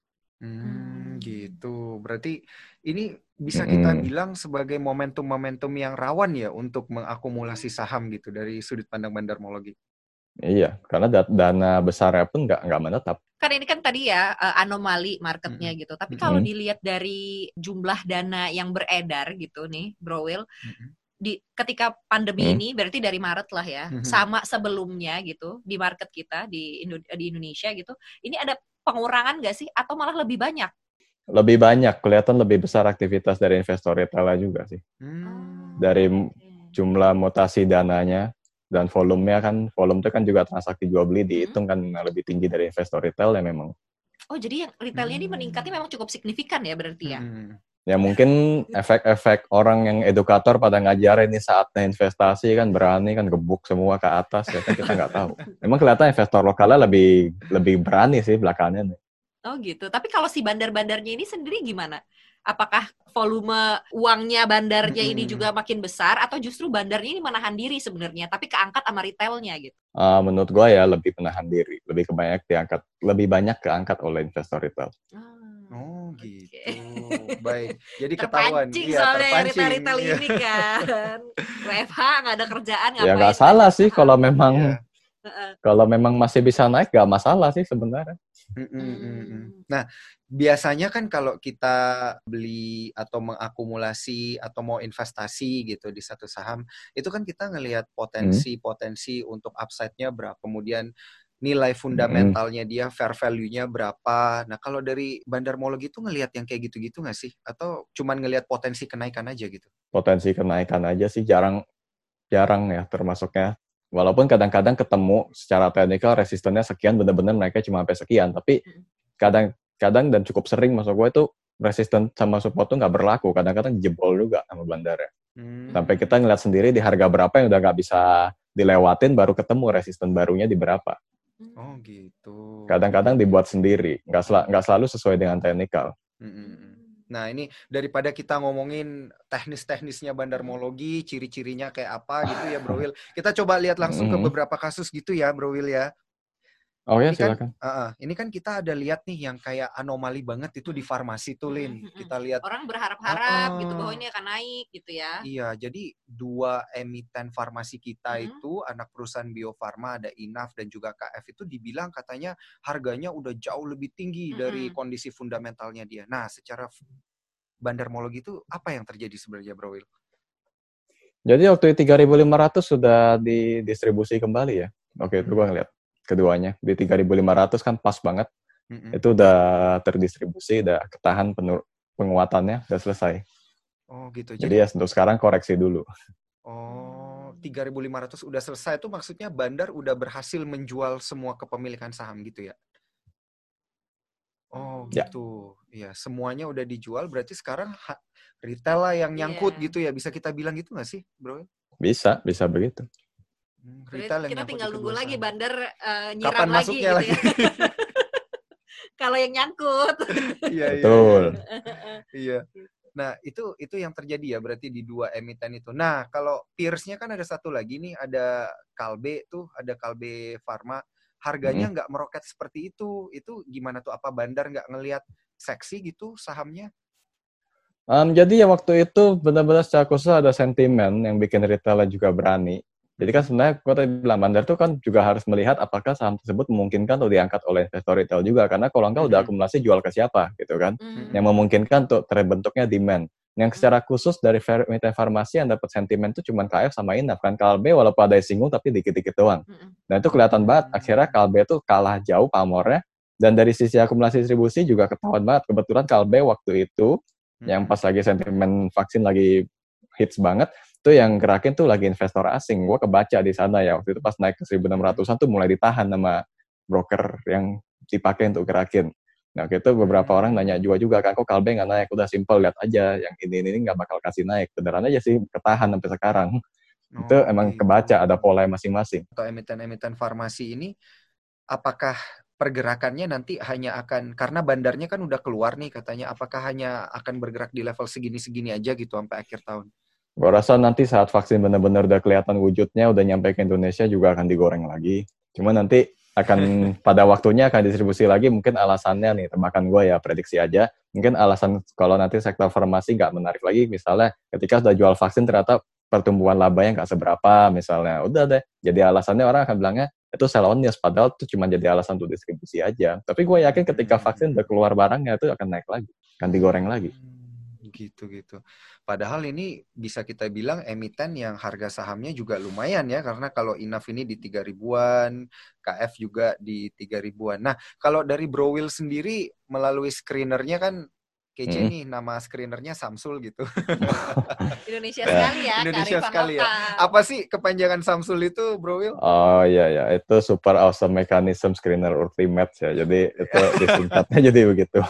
Hmm, gitu. Berarti ini bisa kita hmm. bilang sebagai momentum-momentum yang rawan ya untuk mengakumulasi saham gitu dari sudut pandang bandarmologi. Iya, karena dana besarnya pun nggak nggak menetap. Kan ini kan tadi ya anomali marketnya hmm. gitu. Tapi kalau hmm. dilihat dari jumlah dana yang beredar gitu nih, Bro Will, hmm. di ketika pandemi hmm. ini berarti dari Maret lah ya, hmm. sama sebelumnya gitu di market kita di Indo- di Indonesia gitu. Ini ada pengurangan nggak sih atau malah lebih banyak? Lebih banyak, kelihatan lebih besar aktivitas dari investor retail juga sih. Hmm. Dari jumlah mutasi dananya dan volumenya kan, volume itu kan juga transaksi jual beli dihitung kan lebih tinggi dari investor retail ya memang. Oh jadi yang retailnya hmm. ini meningkatnya memang cukup signifikan ya berarti ya? Hmm. Ya mungkin efek-efek orang yang edukator pada ngajarin ini saatnya investasi kan, berani kan gebuk semua ke atas ya kan, kita nggak tahu. Memang kelihatan investor lokalnya lebih lebih berani sih belakangan. Oh gitu. Tapi kalau si bandar-bandarnya ini sendiri gimana? Apakah volume uangnya bandarnya hmm. ini juga makin besar atau justru bandarnya ini menahan diri sebenarnya tapi keangkat sama retailnya gitu? Uh, menurut gue ya lebih menahan diri, lebih kebanyak diangkat, lebih banyak keangkat oleh investor retail. Oh gitu, okay. Baik. Jadi ketahuan. Terpancing iya, soalnya retail-retail ini kan. W F H nggak ada kerjaan ngapain? Ya nggak salah sih kalau memang yeah. kalau memang masih bisa naik nggak masalah sih sebenarnya. Mm-mm. Nah biasanya kan kalau kita beli atau mengakumulasi atau mau investasi gitu di satu saham itu kan kita ngelihat potensi-potensi hmm. untuk upside-nya berapa, kemudian nilai fundamentalnya dia, fair value-nya berapa. Nah, kalau dari bandarmologi itu ngelihat yang kayak gitu-gitu nggak sih? Atau cuman ngelihat potensi kenaikan aja gitu? Potensi kenaikan aja sih, jarang jarang ya termasuknya. Walaupun kadang-kadang ketemu secara teknikal resistennya sekian, benar-benar naiknya cuma sampai sekian. Tapi kadang-kadang dan cukup sering masuk gue itu resisten sama support tuh nggak berlaku. Kadang-kadang jebol juga sama bandarnya. Hmm. Sampai kita ngeliat sendiri di harga berapa yang udah nggak bisa dilewatin, baru ketemu resisten barunya di berapa. Oh gitu. Kadang-kadang dibuat sendiri, nggak sel- nggak selalu sesuai dengan teknikal. Nah ini daripada kita ngomongin teknis-teknisnya bandarmologi, ciri-cirinya kayak apa gitu ya Bro Will, kita coba lihat langsung ke beberapa kasus gitu ya Bro Will ya. Oh ya ini silakan. Kan, uh, uh, ini kan kita ada lihat nih yang kayak anomali banget itu di farmasi tuh Lin. Kita lihat orang berharap-harap uh, uh, gitu bahwa ini akan naik gitu ya. Iya, jadi dua emiten farmasi kita hmm. itu anak perusahaan Bio Farma, ada I N A F dan juga K F itu dibilang katanya harganya udah jauh lebih tinggi hmm. dari kondisi fundamentalnya dia. Nah, secara bandarmologi itu apa yang terjadi sebenarnya Bro Will? Jadi waktu tiga ribu lima ratus sudah didistribusi kembali ya. Oke, itu hmm. gue ngeliat keduanya di tiga ribu lima ratus kan pas banget. Mm-hmm. Itu udah terdistribusi, udah ketahan penur- penguatannya, udah selesai. Oh gitu. Jadi, Jadi ya untuk sekarang koreksi dulu. Oh, tiga ribu lima ratus udah selesai itu maksudnya bandar udah berhasil menjual semua kepemilikan saham gitu ya? Oh gitu. Ya. Iya, semuanya udah dijual, berarti sekarang ha- retail lah yang nyangkut Iya. gitu ya. Bisa kita bilang gitu nggak sih, bro? Bisa, bisa begitu. Hmm, Berarti retail yang kita nyangkut tinggal di nunggu kedua lagi saham. bandar uh, nyiram Kapan lagi masuknya gitu lagi? ya. Kalau yang nyangkut. Iya, iya, Betul. iya. Iya. Nah, itu itu yang terjadi ya berarti di dua emiten itu. Nah, kalau peers-nya kan ada satu lagi nih, ada Kalbe tuh, ada Kalbe Pharma. Harganya Mm. nggak meroket seperti itu. Itu gimana tuh? Apa bandar nggak ngelihat seksi gitu sahamnya? Um, jadi ya waktu itu benar-benar secara khusus ada sentimen yang bikin retailer juga berani. Jadi kan sebenarnya gue tadi bilang bandar itu kan juga harus melihat apakah saham tersebut memungkinkan untuk diangkat oleh investor retail juga. Karena kalau enggak udah akumulasi jual ke siapa gitu kan. Mm. Yang memungkinkan untuk terbentuknya demand. Yang secara khusus dari emiten farmasi yang dapat sentimen itu cuma K F sama Inaf kan. Kalbe walaupun ada yang singgung tapi dikit-dikit doang. Nah itu kelihatan banget akhirnya Kalbe itu kalah jauh pamornya. Dan dari sisi akumulasi distribusi juga ketahuan banget. Kebetulan Kalbe waktu itu yang pas lagi sentimen vaksin lagi hits banget, tuh yang gerakin tuh lagi investor asing. Gue kebaca di sana ya, waktu itu pas naik ke seribu enam ratusan tuh mulai ditahan sama broker yang dipakai untuk gerakin. Nah, gitu beberapa orang nanya juga juga kan, kok Kalbe nggak naik? Udah simple, lihat aja, yang ini ini nggak bakal kasih naik. Beneran aja sih, ketahan sampai sekarang. Oh, itu emang gitu. Kebaca, ada pola masing-masing. Atau emiten-emiten farmasi ini, apakah pergerakannya nanti hanya akan, karena bandarnya kan udah keluar nih katanya, apakah hanya akan bergerak di level segini-segini aja gitu sampai akhir tahun? Gue rasa nanti saat vaksin benar-benar udah kelihatan wujudnya, udah nyampe ke Indonesia juga akan digoreng lagi. Cuma nanti akan pada waktunya akan distribusi lagi, mungkin alasannya nih, tebakan gue ya, prediksi aja. Mungkin alasan kalau nanti sektor farmasi nggak menarik lagi, misalnya ketika sudah jual vaksin ternyata pertumbuhan labanya nggak seberapa, misalnya. Udah deh, jadi alasannya orang akan bilangnya, itu sell on news, padahal itu cuma jadi alasan untuk distribusi aja. Tapi gue yakin ketika vaksin udah keluar barangnya, itu akan naik lagi, akan digoreng lagi. Gitu-gitu. Padahal ini bisa kita bilang emiten yang harga sahamnya juga lumayan ya, karena kalau Inaf ini di tiga ribuan, K F juga di tiga ribuan. Nah, kalau dari Bro Will sendiri melalui screenernya kan kece hmm. nih, nama screenernya Samsul gitu. Indonesia sekali ya, Indonesia sekali ya. Apa sih kepanjangan Samsul itu, Bro Will? Oh iya ya, itu Super Awesome Mechanism Screener Ultimate ya. Jadi itu disingkatnya jadi begitu.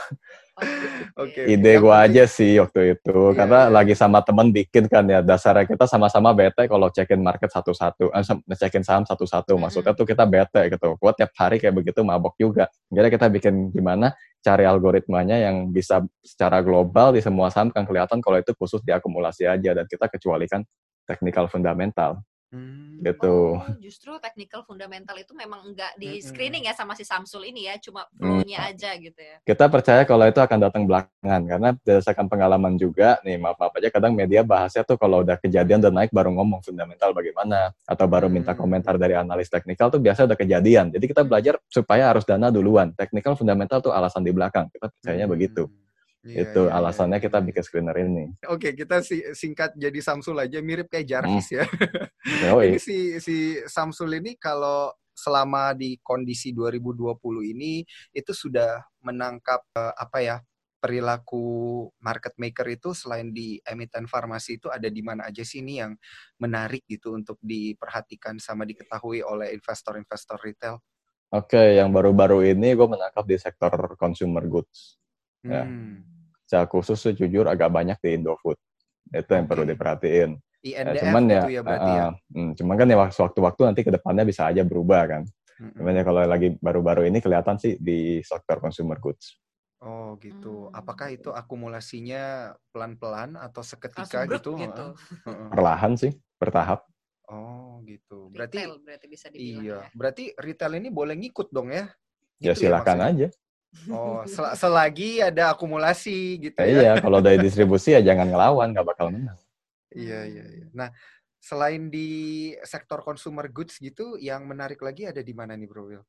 Okay, ide okay. gue aja sih waktu itu, iya, karena iya. lagi sama temen bikin kan ya, dasarnya kita sama-sama bete kalau cekin market satu-satu, eh, cekin saham satu-satu, mm-hmm. maksudnya tuh kita bete gitu, gue tiap hari kayak begitu mabok juga, jadi kita bikin gimana cari algoritmanya yang bisa secara global di semua saham kan kelihatan kalau itu khusus diakumulasi aja, dan kita kecualikan technical fundamental. Hmm. Gitu. Oh, justru technical fundamental itu memang enggak di screening ya sama si Samsul ini ya, cuma flow-nya hmm. aja gitu ya. Kita percaya kalau itu akan datang belakangan, karena berdasarkan pengalaman juga, nih maaf-maaf aja kadang media bahasnya tuh kalau udah kejadian udah naik baru ngomong fundamental bagaimana, atau baru minta komentar dari analis teknikal tuh biasa udah kejadian. Jadi kita belajar supaya harus dana duluan. Technical fundamental tuh alasan di belakang, kita percayanya hmm. begitu. Iya, itu iya, alasannya iya, kita iya. bikin screener ini. Oke, kita singkat jadi Samsul aja, mirip kayak Jarvis hmm. ya. Oh, ini si si Samsul ini kalau selama di kondisi dua ribu dua puluh ini itu sudah menangkap uh, apa ya perilaku market maker itu selain di emiten farmasi itu ada di mana aja sih ini yang menarik gitu untuk diperhatikan sama diketahui oleh investor-investor retail? Oke, yang baru-baru ini gue menangkap di sektor consumer goods. Hmm. Ya. Secara khusus tuh jujur agak banyak di Indofood. Itu yang okay. perlu diperhatiin. I N D F ya, cuman gitu ya, ya berarti uh, ya? Hmm, cuman kan ya waktu-waktu nanti ke depannya bisa aja berubah kan. Mm-hmm. Cuman ya kalau lagi baru-baru ini kelihatan sih di sektor consumer goods. Oh gitu. Hmm. Apakah itu akumulasinya pelan-pelan atau seketika Langsung gitu? gitu. Perlahan sih, bertahap. Oh gitu. Berarti retail berarti bisa dibilang iya. ya. Berarti retail ini boleh ngikut dong ya? Gitu ya silakan ya, aja. Oh, sel- selagi ada akumulasi gitu ya. ya. Iya, kalau dari distribusi ya jangan ngelawan, nggak bakal menang. Iya, iya, iya. Nah, selain di sektor consumer goods gitu, yang menarik lagi ada di mana nih, Bro Will?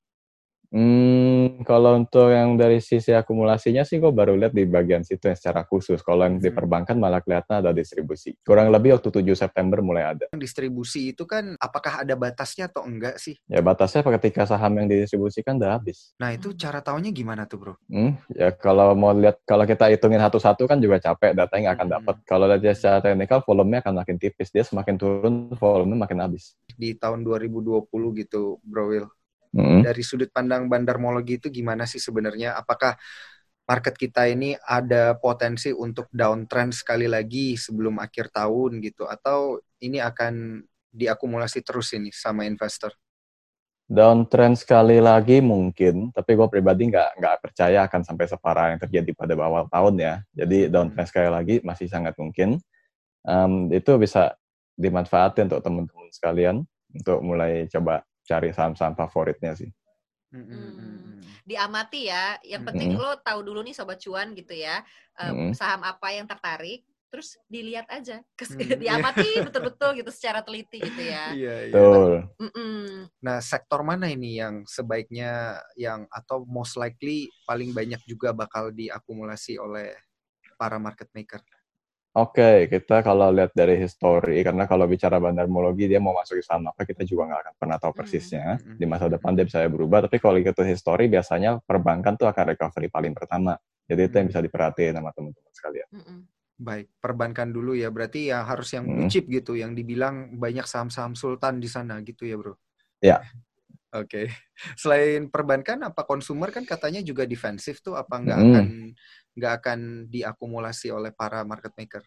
Hmm, kalau untuk yang dari sisi akumulasinya sih gue baru lihat di bagian situ yang secara khusus. Kalau yang di perbankan malah kelihatan ada distribusi. Kurang lebih waktu tujuh September mulai ada. Distribusi itu kan apakah ada batasnya atau enggak sih? Ya batasnya ketika saham yang didistribusikan udah habis. Nah itu cara taunya gimana tuh, Bro? Hmm, ya kalau mau lihat, kalau kita hitungin satu-satu kan juga capek, datanya nggak akan dapat. Hmm. Kalau lihat secara teknikal, volumenya akan makin tipis. Dia semakin turun, volumenya makin habis. Di tahun dua ribu dua puluh gitu, Bro Will. Mm-hmm. Dari sudut pandang bandarmologi itu gimana sih sebenarnya? Apakah market kita ini ada potensi untuk downtrend sekali lagi sebelum akhir tahun gitu, atau ini akan diakumulasi terus ini sama investor? Downtrend sekali lagi mungkin, tapi gue pribadi nggak nggak percaya akan sampai separah yang terjadi pada awal tahun ya. Jadi downtrend sekali lagi masih sangat mungkin. Um, itu bisa dimanfaatin untuk teman-teman sekalian untuk mulai coba cari saham-saham favoritnya sih. Hmm, diamati ya. Yang penting mm-hmm. lo tahu dulu nih Sobat Cuan gitu ya, um, mm-hmm. saham apa yang tertarik, terus dilihat aja, Kes- mm-hmm. diamati betul-betul gitu secara teliti gitu ya. Iya, iya. Betul. Nah, sektor mana ini yang sebaiknya yang atau most likely paling banyak juga bakal diakumulasi oleh para market maker? Oke, okay, kita kalau lihat dari histori, karena kalau bicara bandarmologi dia mau masuk ke saham apa kita juga nggak akan pernah tahu persisnya. Mm-hmm. Di masa depan dia bisa berubah, tapi kalau ikut histori biasanya perbankan tuh akan recovery paling pertama. Jadi mm-hmm. itu yang bisa diperhatiin sama teman-teman sekalian. Mm-hmm. Baik, perbankan dulu ya. Berarti ya harus yang blue chip mm-hmm. gitu, yang dibilang banyak saham-saham sultan di sana gitu ya, Bro? Ya. Oke. Okay. Selain perbankan, apa konsumer kan katanya juga defensif tuh, apa nggak mm. akan nggak akan diakumulasi oleh para market maker?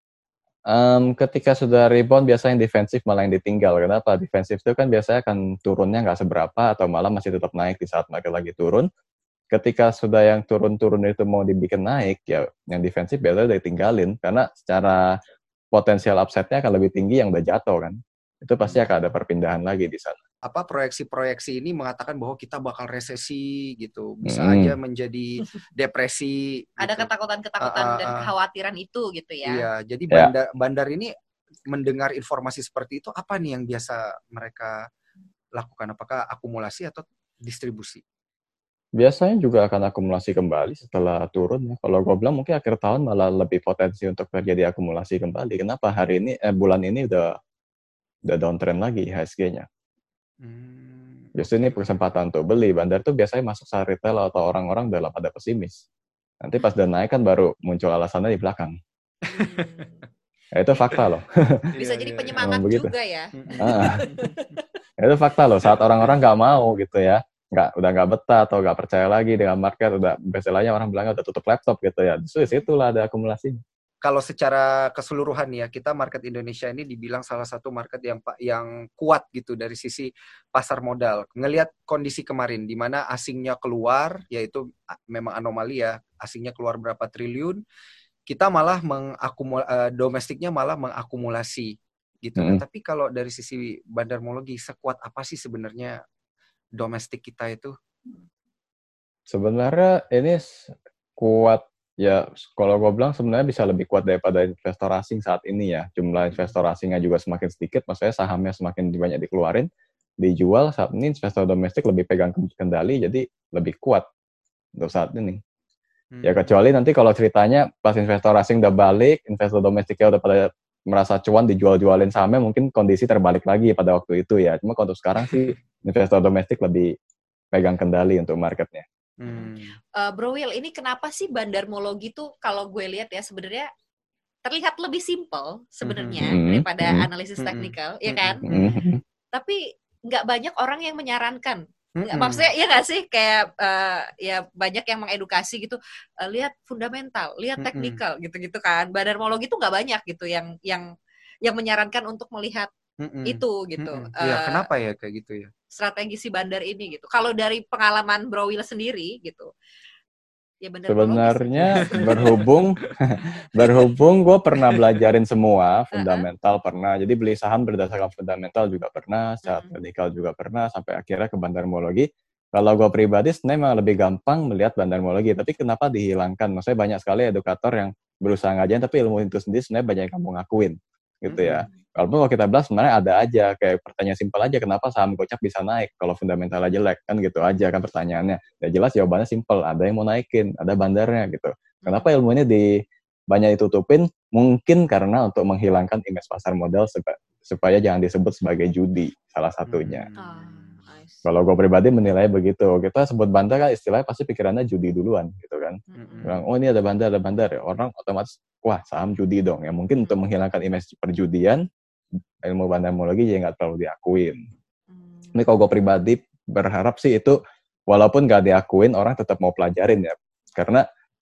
Um, ketika sudah rebound, biasanya yang defensif malah yang ditinggal. Kenapa? Defensif itu kan biasanya akan turunnya nggak seberapa atau malah masih tetap naik di saat market lagi turun. Ketika sudah yang turun-turun itu mau dibikin naik, ya yang defensif biasanya udah ditinggalin. Karena secara potensial upside-nya akan lebih tinggi yang udah jatuh kan. Itu pasti akan ada perpindahan lagi di sana. Apa proyeksi-proyeksi ini mengatakan bahwa kita bakal resesi gitu, bisa hmm. aja menjadi depresi. Ada gitu. ketakutan-ketakutan uh, uh, dan kekhawatiran itu gitu ya. Iya, jadi bandar, ya. bandar ini mendengar informasi seperti itu, apa nih yang biasa mereka lakukan? Apakah akumulasi atau distribusi? Biasanya juga akan akumulasi kembali setelah turun ya. Kalau gue bilang mungkin akhir tahun malah lebih potensi untuk terjadi akumulasi kembali. Kenapa hari ini, eh, bulan ini udah udah downtrend lagi H S G-nya. Hmm. Justru ini kesempatan untuk beli. Bandar tuh biasanya masuk saat retail atau orang-orang udah pada pesimis. Nanti pas udah naik kan baru muncul alasannya di belakang. Ya, itu fakta loh. Bisa jadi penyemangat juga ya. Ah, itu fakta loh. Saat orang-orang nggak mau gitu ya, nggak udah nggak betah atau nggak percaya lagi dengan market, udah istilahnya orang bilangnya udah tutup laptop gitu ya. Justru situlah ada akumulasinya. Kalau secara keseluruhan ya, kita market Indonesia ini dibilang salah satu market yang yang kuat gitu dari sisi pasar modal. Ngelihat kondisi kemarin di mana asingnya keluar, yaitu memang anomali ya, asingnya keluar berapa triliun, kita malah mengakumul uh, domestiknya malah mengakumulasi gitu. Mm-hmm. Nah, tapi kalau dari sisi bandarmologi, sekuat apa sih sebenarnya domestik kita itu? Sebenarnya ini kuat. Ya, kalau gue bilang sebenarnya bisa lebih kuat daripada investor asing saat ini ya. Jumlah investor asingnya juga semakin sedikit, maksudnya sahamnya semakin banyak dikeluarin, dijual. Saat ini investor domestik lebih pegang kendali, jadi lebih kuat untuk saat ini. Hmm. Ya kecuali nanti kalau ceritanya pas investor asing udah balik, investor domestiknya udah pada merasa cuan dijual-jualin sahamnya, mungkin kondisi terbalik lagi pada waktu itu ya. Cuma untuk sekarang sih investor domestik lebih pegang kendali untuk marketnya. Hmm. Uh, Bro Will, ini kenapa sih bandarmologi tuh kalau gue lihat ya sebenarnya terlihat lebih simpel sebenarnya mm-hmm. daripada mm-hmm. analisis teknikal, mm-hmm. ya kan? Mm-hmm. Tapi nggak banyak orang yang menyarankan. Mm-hmm. Maksudnya ya nggak sih kayak uh, ya banyak yang mengedukasi gitu, uh, lihat fundamental, lihat teknikal, mm-hmm. gitu-gitu kan. Bandarmologi tuh nggak banyak gitu yang yang yang menyarankan untuk melihat mm-hmm. itu gitu. Mm-hmm. Uh, ya kenapa ya kayak gitu ya? Strategi si bandar ini gitu. Kalau dari pengalaman Bro Will sendiri gitu. Ya sebenarnya berhubung berhubung gue pernah belajarin semua fundamental uh-uh. pernah. Jadi beli saham berdasarkan fundamental juga pernah, secara uh-huh. teknikal juga pernah, sampai akhirnya ke bandarmologi. Kalau gue pribadi sebenarnya memang lebih gampang melihat bandarmologi, tapi kenapa dihilangkan? Maksudnya banyak sekali edukator yang berusaha ngajarin, tapi ilmu itu sendiri sebenarnya banyak yang kamu ngakuin gitu ya. Uh-huh. Walaupun kalau kita bilang sebenarnya ada aja, kayak pertanyaan simpel aja, kenapa saham gocap bisa naik kalau fundamentalnya jelek, kan gitu aja kan pertanyaannya. Ya jelas jawabannya simpel, ada yang mau naikin, ada bandarnya gitu. Kenapa ilmu ini di banyak ditutupin? Mungkin karena untuk menghilangkan image pasar modal supaya jangan disebut sebagai judi, salah satunya. Hmm. Kalau gue pribadi menilai begitu. Kita sebut bandar kan istilahnya pasti pikirannya judi duluan gitu kan. Mm-hmm. Bilang, oh ini ada bandar, ada bandar. Orang otomatis, wah saham judi dong. Ya mungkin untuk menghilangkan image perjudian, ilmu bandarmologi ya nggak terlalu diakuin. Mm-hmm. Ini kalau gue pribadi berharap sih itu, walaupun nggak diakuin, orang tetap mau pelajarin ya. Karena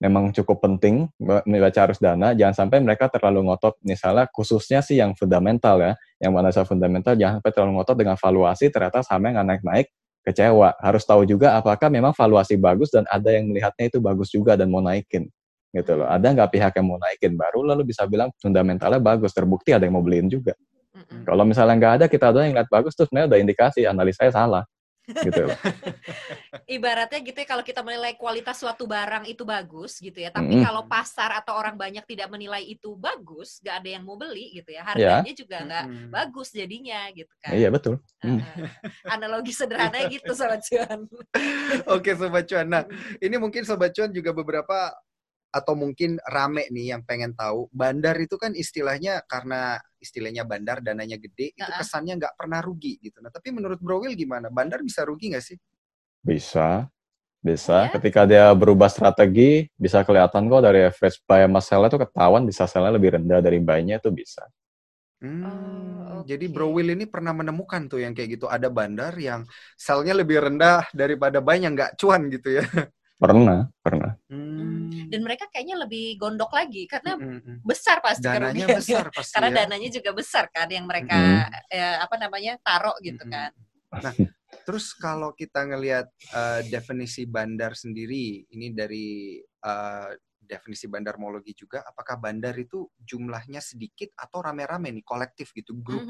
memang cukup penting membaca arus dana, jangan sampai mereka terlalu ngotot, misalnya khususnya sih yang fundamental ya, yang analisa fundamental jangan sampai terlalu ngotot dengan valuasi, ternyata sahamnya nggak naik-naik, kecewa. Harus tahu juga apakah memang valuasi bagus dan ada yang melihatnya itu bagus juga dan mau naikin, gitu loh. Ada nggak pihak yang mau naikin, baru lalu bisa bilang fundamentalnya bagus, terbukti ada yang mau beliin juga. Mm-hmm. Kalau misalnya nggak ada, kita ada yang lihat bagus, tuh sebenarnya udah indikasi analisanya salah. Gitu loh. Ibaratnya gitu ya, kalau kita menilai kualitas suatu barang itu bagus gitu ya, tapi mm. kalau pasar atau orang banyak tidak menilai itu bagus, gak ada yang mau beli gitu ya, harganya yeah. juga gak mm. bagus jadinya gitu kan. Iya betul. Uh, analogi sederhana gitu Sobat Cuan. Oke Sobat Cuan, nah ini mungkin Sobat Cuan juga beberapa atau mungkin rame nih yang pengen tahu, bandar itu kan istilahnya karena istilahnya bandar dananya gede, uh-uh. itu kesannya nggak pernah rugi gitu. Nah tapi menurut Bro Will gimana? Bandar bisa rugi nggak sih? Bisa, bisa. Yeah. Ketika dia berubah strategi, bisa kelihatan kok dari average buy sama sell itu ketahuan bisa sell-nya lebih rendah dari buy-nya itu bisa. Hmm, oh, okay. Jadi Bro Will ini pernah menemukan tuh yang kayak gitu, ada bandar yang sell-nya lebih rendah daripada buy-nya, nggak cuan gitu ya? Pernah, pernah. Hmm. Dan mereka kayaknya lebih gondok lagi karena hmm. besar pasti dananya kan, besar pasti karena ya. dananya juga besar kan yang mereka hmm. ya, apa namanya taruh gitu hmm. kan. Nah, terus kalau kita ngelihat uh, definisi bandar sendiri, ini dari uh, definisi bandarmologi juga, apakah bandar itu jumlahnya sedikit atau rame-rame nih, kolektif gitu, grup?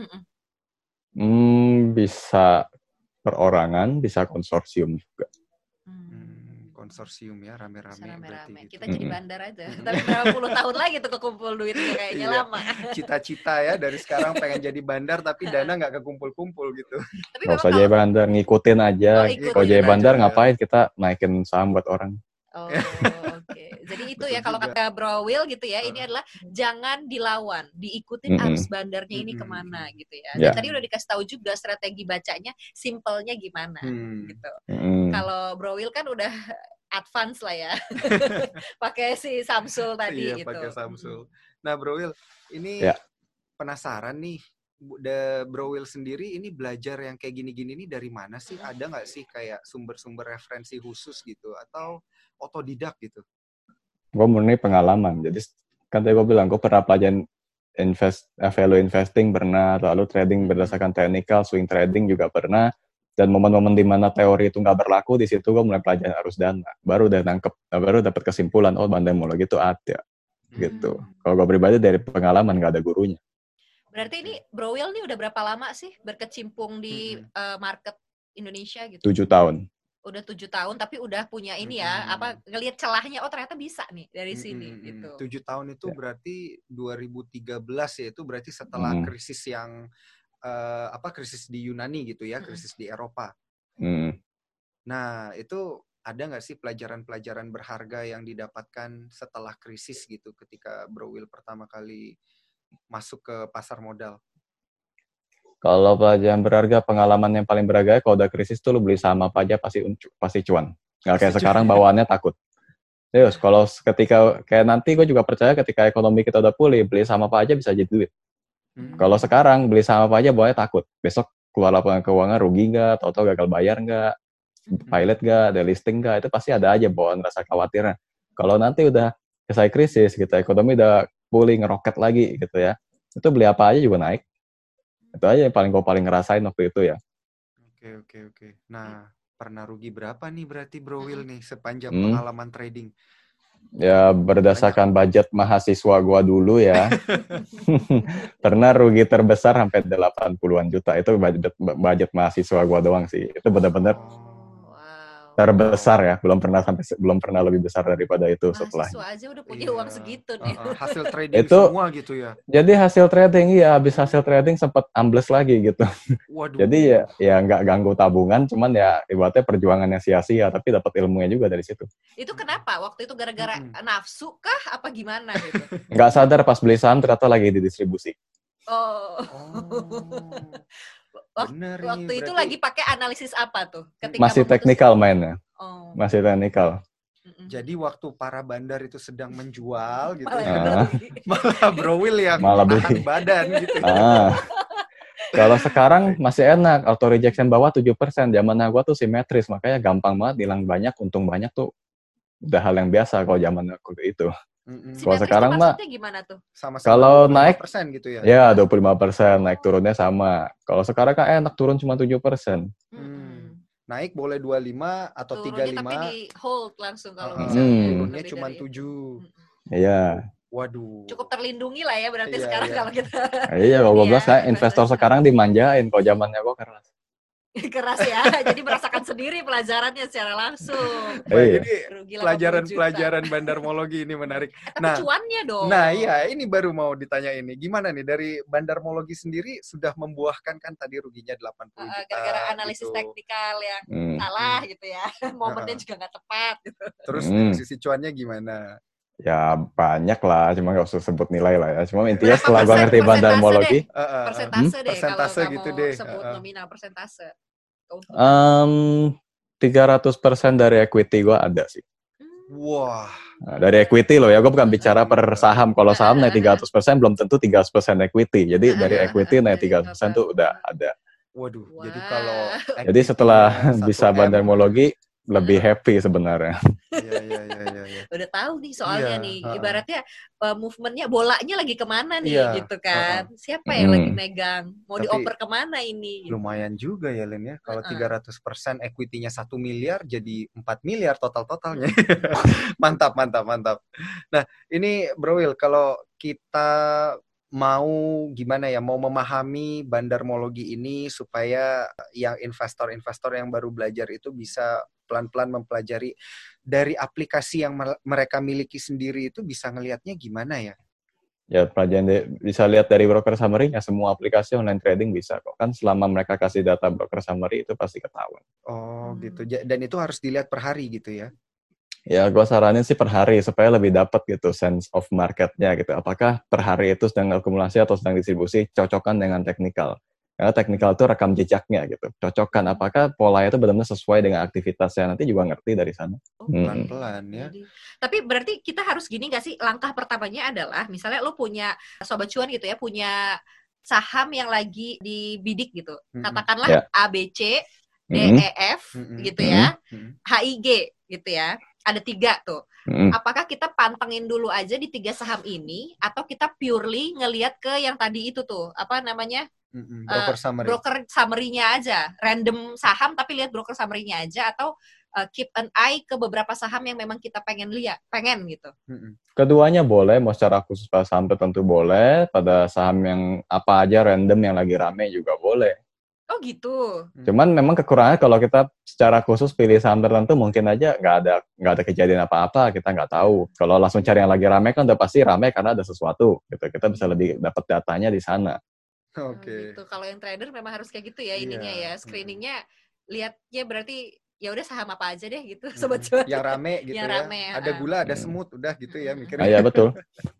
Hmm, bisa perorangan, bisa konsorsium juga. Konsorsium ya, rame-rame, rame-rame. Gitu. Kita mm-hmm. jadi bandar aja. Tapi berapa puluh tahun lagi tuh kekumpul duitnya kayaknya iya. lama. Cita-cita ya dari sekarang pengen jadi bandar tapi dana nggak kekumpul-kumpul gitu. Tapi nggak usah jadi bandar, ngikutin aja. Oh, kalau jadi bandar ya. Ngapain kita naikin saham buat orang? Oh, oke. Okay. Jadi itu ya kalau kata Bro Will gitu ya, ini adalah jangan dilawan, diikutin mm-hmm. arus bandarnya ini mm-hmm. kemana gitu ya. Dan yeah. tadi udah dikasih tahu juga strategi bacanya, simpelnya gimana hmm. gitu. Mm-hmm. Kalau Bro Will kan udah advance lah ya, pakai si Samsul tadi iya, gitu. Iya, pakai Samsul. Nah, Bro Will, ini yeah. penasaran nih, The Bro Will sendiri ini belajar yang kayak gini-gini nih dari mana sih? Ada nggak sih kayak sumber-sumber referensi khusus gitu atau otodidak gitu? Gue murni pengalaman. Jadi kan tadi gue bilang gue pernah pelajaran invest, value investing pernah, lalu trading berdasarkan technical, swing trading juga pernah. Dan momen-momen di mana teori itu nggak berlaku, di situ gue mulai pelajaran arus dana. Baru udah nangkep, baru dapat kesimpulan, oh bandarmologi itu ada. Gitu. Hmm. Kalau gue pribadi dari pengalaman, nggak ada gurunya. Berarti ini Bro Will nih udah berapa lama sih berkecimpung di hmm. uh, market Indonesia gitu? Tujuh tahun. Udah tujuh tahun, tapi udah punya ini ya, hmm. apa ngelihat celahnya, oh ternyata bisa nih dari sini hmm. gitu. Tujuh tahun itu ya. Berarti dua ribu tiga belas ya, itu berarti setelah hmm. krisis yang Uh, apa krisis di Yunani gitu ya, krisis di Eropa. Mm. Nah, itu ada nggak sih pelajaran-pelajaran berharga yang didapatkan setelah krisis gitu ketika Bro Will pertama kali masuk ke pasar modal? Kalau pelajaran berharga, pengalaman yang paling berharga kalau udah krisis tuh lu beli saham apa aja pasti pasti cuan. Nggak kayak sekarang bawaannya takut. Terus kalau ketika kayak nanti gue juga percaya ketika ekonomi kita udah pulih, beli saham apa aja bisa jadi duit. Hmm. Kalau sekarang beli saham apa aja boleh takut. Besok keluar laporan keuangan rugi nggak, atau gagal bayar nggak, hmm. pilot nggak, delisting nggak, itu pasti ada aja bawaan rasa khawatirnya. Kalau nanti udah selesai krisis gitu, ekonomi udah pulih ngeroket lagi gitu ya, itu beli apa aja juga naik. Itu aja yang paling gue paling ngerasain waktu itu ya. Oke oke oke. Nah pernah rugi berapa nih berarti Bro Will nih sepanjang hmm. pengalaman trading? Ya berdasarkan budget mahasiswa gua dulu ya. Pernah rugi terbesar sampai delapan puluhan juta. Itu budget budget mahasiswa gua doang sih. Itu benar-benar oh, wow. terbesar ya. Belum pernah sampai belum pernah lebih besar daripada itu setelah. Mahasiswa aja udah punya iya. uang segitu nih. Uh, uh, hasil trading itu, semua gitu ya. Jadi hasil trading iya, habis hasil trading sempat ambles lagi gitu. Waduh. Jadi ya ya nggak ganggu tabungan, cuman ya ibaratnya perjuangannya sia-sia, tapi dapat ilmunya juga dari situ. Itu kenapa? Waktu itu gara-gara hmm. nafsu kah? Apa gimana gitu? Nggak sadar pas beli saham ternyata lagi didistribusi. Oh. oh. Bener waktu nih, itu berarti... lagi pakai analisis apa tuh? Ketika masih teknikal mainnya. Oh. Masih teknikal. Jadi waktu para bandar itu sedang menjual gitu, malah, ya, malah Bro Will yang malah beli badan gitu. Ah. Kalau sekarang masih enak, auto rejection bawah tujuh persen. Zaman gua tuh simetris, makanya gampang banget hilang banyak, untung banyak tuh udah hal yang biasa kalau zaman aku itu. Mm-hmm. Kalau sekarang mah gimana tuh? Sama-sama kalau naik persen gitu ya. Ya, dua puluh lima persen naik turunnya sama. Kalau sekarang kan enak turun cuma tujuh persen. Hmm. Naik boleh dua puluh lima atau tiga puluh lima. Tapi di hold langsung kalau uh, misalnya. Turunnya cuma tujuh. Iya. Waduh. Cukup terlindungi lah ya berarti iya, sekarang iya. kalau kita. Iya, kalau gue bilang saya investor sekarang dimanjain. Kalau zamannya gue keras. Keras ya, jadi merasakan sendiri pelajarannya secara langsung. Baik, ini pelajaran-pelajaran bandarmologi ini menarik. Eh, tapi nah, cuannya dong. Nah iya, ini baru mau ditanya ini. Gimana nih dari bandarmologi sendiri sudah membuahkan kan tadi ruginya delapan puluh juta. Uh, gara-gara analisis gitu. teknikal yang hmm. salah gitu ya. Momennya uh, juga nggak tepat gitu. Terus hmm. sisi cuannya gimana? Ya banyak lah, cuma nggak usah sebut nilai lah ya. Cuma intinya setelah gue ngerti bandarmologi, uh, uh, persentase deh, persentase kalau gitu kamu deh. sebut uh, nominal persentase. Um, tiga ratus persen dari equity gue ada sih. Wah. Nah, dari equity loh ya, gue bukan bicara per saham. Kalau saham naik tiga ratus persen belum tentu tiga ratus persen equity. Jadi dari equity naik tiga ratus persen tuh udah ada. Waduh, wow. Jadi kalau jadi setelah bisa bandarmologi lebih happy sebenarnya. Iya, iya, iya, iya. Ya. Udah tahu nih soalnya iya, nih, uh, ibaratnya uh, movementnya, bolanya lagi kemana nih, iya, gitu kan. Uh, uh. Siapa yang hmm. lagi megang, mau Tapi, dioper kemana ini. Gitu. Lumayan juga ya, Lin ya. Kalau uh, uh. tiga ratus persen equity-nya satu miliar, jadi empat miliar total-totalnya. Mantap, mantap, mantap. Nah, ini Bro Will, kalau kita mau gimana ya, mau memahami bandarmologi ini supaya yang investor-investor yang baru belajar itu bisa pelan-pelan mempelajari dari aplikasi yang mereka miliki sendiri itu bisa ngelihatnya gimana ya? Ya, pelajaran bisa lihat dari broker summary, ya semua aplikasi online trading bisa kok. Kan selama mereka kasih data broker summary itu pasti ketahuan. Oh, gitu. Dan itu harus dilihat per hari gitu ya? Ya, gue saranin sih per hari supaya lebih dapat gitu sense of marketnya gitu. Apakah per hari itu sedang akumulasi atau sedang distribusi, cocokkan dengan teknikal. Karena teknikal itu rekam jejaknya gitu. Cocokkan apakah polanya itu benar-benar sesuai dengan aktivitasnya. Nanti juga ngerti dari sana. Oh, pelan-pelan hmm. ya. Tapi berarti kita harus gini nggak sih? Langkah pertamanya adalah misalnya lo punya Sobat Cuan gitu ya, punya saham yang lagi dibidik gitu. Katakanlah yeah. A B C, D E F mm-hmm. gitu ya, mm-hmm. H I G gitu ya. Ada tiga tuh. Mm. Apakah kita pantengin dulu aja di tiga saham ini atau kita purely ngelihat ke yang tadi itu tuh, apa namanya? Mm-hmm. Broker summary. Uh, broker summary-nya aja. Random saham tapi lihat broker summary-nya aja atau uh, keep an eye ke beberapa saham yang memang kita pengen lihat, pengen gitu. Mm-hmm. Keduanya boleh, mau secara khusus pada saham tertentu boleh, pada saham yang apa aja random yang lagi rame juga boleh. Oh gitu. Cuman memang kekurangannya kalau kita secara khusus pilih saham tertentu mungkin aja nggak ada nggak ada kejadian apa-apa, kita nggak tahu. Kalau langsung cari yang lagi rame kan udah pasti rame karena ada sesuatu. Gitu. Kita bisa lebih dapat datanya di sana. Oke. Okay. Gitu. Kalau yang trader memang harus kayak gitu ya ininya yeah. ya, screeningnya lihatnya berarti ya udah saham apa aja deh gitu, Sobat Cuan. Yang rame gitu yang ya. Rame, ada gula, ada hmm. semut, udah gitu ya mikirnya. Ah, iya betul.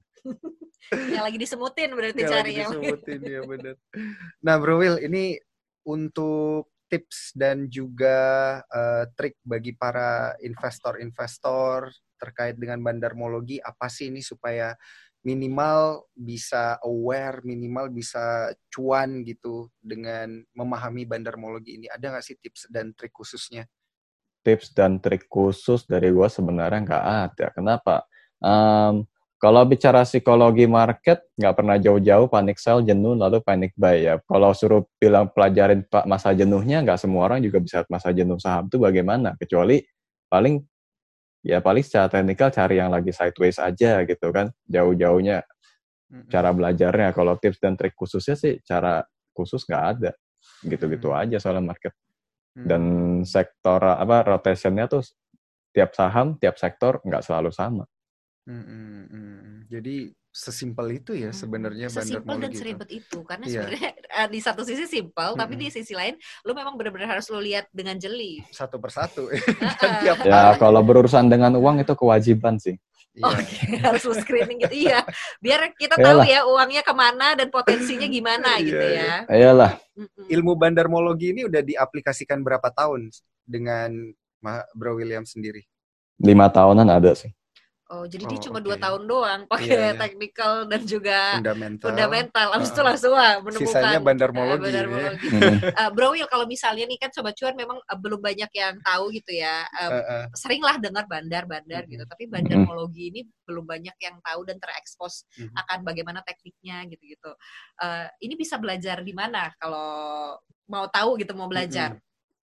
Yang lagi disemutin berarti yang cari lagi yang. Disemutin ya benar. Nah, Bro Will, ini untuk tips dan juga uh, trik bagi para investor-investor terkait dengan bandarmologi, apa sih ini supaya minimal bisa aware, minimal bisa cuan gitu dengan memahami bandarmologi ini? Ada nggak sih tips dan trik khususnya? Tips dan trik khusus dari gue sebenarnya nggak ada. Kenapa? Um, Kalau bicara psikologi market, nggak pernah jauh-jauh panic sell, jenuh, lalu panic buy ya. Kalau suruh bilang pelajarin masa jenuhnya, nggak semua orang juga bisa masa jenuh saham itu bagaimana. Kecuali paling, ya paling secara teknikal cari yang lagi sideways aja gitu kan. Jauh-jauhnya cara belajarnya. Kalau tips dan trik khususnya sih, cara khusus nggak ada. Gitu-gitu aja soal market. Dan sektor, apa rotationnya tuh tiap saham, tiap sektor nggak selalu sama. Hmm, hmm, hmm. Jadi sesimpel itu ya sebenarnya bandarmologi. Sesimpel dan seribet itu, itu. Karena yeah. sebenarnya di satu sisi simpel, mm-hmm. tapi di sisi lain lu memang benar-benar harus lu lihat dengan jeli. Satu persatu. Tiap ya kalau berurusan dengan uang itu kewajiban sih. Oh, okay. Harus lu screening gitu, iya. Biar kita Ayalah. tahu ya uangnya kemana dan potensinya gimana gitu ya. Iyalah. Ilmu bandarmologi ini udah diaplikasikan berapa tahun dengan Bro William sendiri? Lima tahunan ada sih. Oh, jadi Oh, dia cuma oke. dua tahun doang pakai Iya, iya. technical dan juga Fundamental. fundamental. Habis itu Heeh. langsung wah menemukan Sisanya eh, bandarmologi. bandarmologi. Hmm. Eh, Bro Will, kalau misalnya nih kan Sobat Cuan memang eh, belum banyak yang tahu gitu ya. Eh, Heeh. seringlah dengar bandar-bandar gitu, Mm-mm. tapi bandarmologi ini belum banyak yang tahu dan terekspos Mhm. akan bagaimana tekniknya gitu-gitu. Eh, ini bisa belajar di mana kalau mau tahu gitu, mau belajar?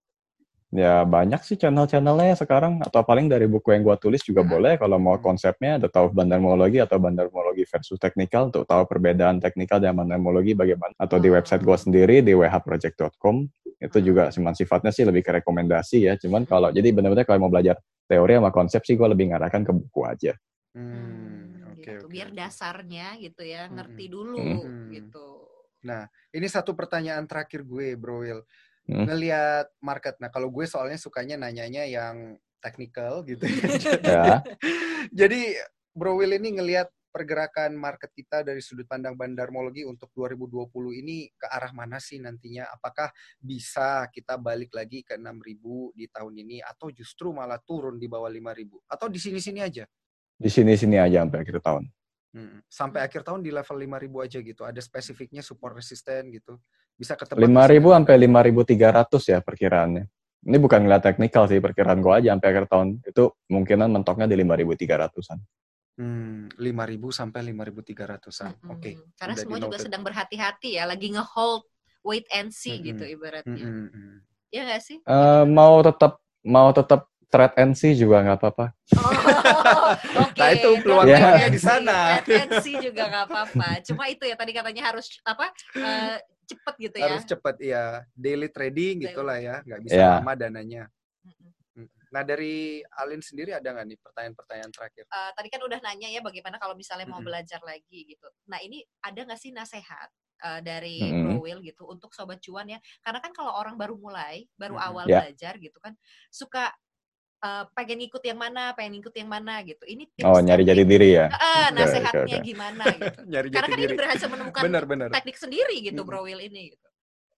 Ya banyak sih channel-channelnya sekarang, atau paling dari buku yang gua tulis juga Heeh. boleh. Kalau mau Hmm. konsepnya ada tahu bandarmologi atau bandarmologi versus teknikal, untuk tahu perbedaan teknikal dan bandarmologi bagaimana. Atau di website gua sendiri di w h project dot com, itu juga cuman sifatnya sih lebih ke rekomendasi ya. Cuman kalau jadi benar-benar kalau mau belajar teori sama konsep sih gua lebih ngarahkan ke buku aja. Hmm, Hmm, oke gitu. oke. Biar oke. dasarnya gitu ya, ngerti Mm-mm. dulu Hmm. gitu. Nah, ini satu pertanyaan terakhir gue, Bro Will. Hmm. Ngelihat market. Nah, kalau gue soalnya sukanya nanyanya yang technical gitu ya. Jadi, Ya. jadi Bro Will ini ngelihat pergerakan market kita dari sudut pandang bandarmologi untuk dua ribu dua puluh ini ke arah mana sih nantinya? Apakah bisa kita balik lagi ke enam ribu di tahun ini atau justru malah turun di bawah lima ribu? Atau di sini-sini aja? Di sini-sini aja sampai akhir tahun. Hmm. Sampai akhir tahun di level lima ribu aja gitu. Ada spesifiknya support resisten gitu. Bisa ketebak lima nggak sih ribu nanti sampai nanti? lima ribu tiga ratus ya perkiraannya. Ini bukan ngeliat teknikal sih, perkiraan gua aja sampai akhir tahun. Itu kemungkinan mentoknya di lima ribu tiga ratusan. Hmm, lima ribu sampai lima ribu tiga ratusan. Mm-mm. Oke. Karena Udah semua juga di-noted. sedang berhati-hati ya, lagi nge-hold, wait and see Mm-mm. gitu ibaratnya. Mm-mm. Ya nggak sih? Eh, Gimana? mau tetap mau tetap trade and see juga nggak apa-apa. Oh, oke. Nah, itu Don't peluang-peluangnya wait and di see. sana. Wait and see juga nggak apa-apa. Cuma itu ya tadi katanya harus apa? eh, cepet gitu ya. Harus cepat ya. Daily trading Daily gitulah ya. Nggak bisa Ya. lama dananya. Mm-mm. Mm. Nah, dari Alin sendiri ada nggak nih pertanyaan-pertanyaan terakhir? Eh, tadi kan udah nanya ya bagaimana kalau misalnya mau Mm-mm. belajar lagi gitu. Nah ini ada nggak sih nasihat eh, dari Mm-mm. Bro Will gitu untuk Sobat Cuan ya? Karena kan kalau orang baru mulai, baru Mm-mm. awal Ya. belajar gitu kan, suka eh, pengen ikut yang mana, pengen ikut yang mana gitu. Ini tips Oh, and nyari jati trik, diri ya. eh, Oke, nasihatnya oke, oke. gimana gitu. Nyari Karena jati kan diri. ini berhasil menemukan Benar-benar. teknik sendiri gitu Mm-mm. Bro Will ini. Gitu.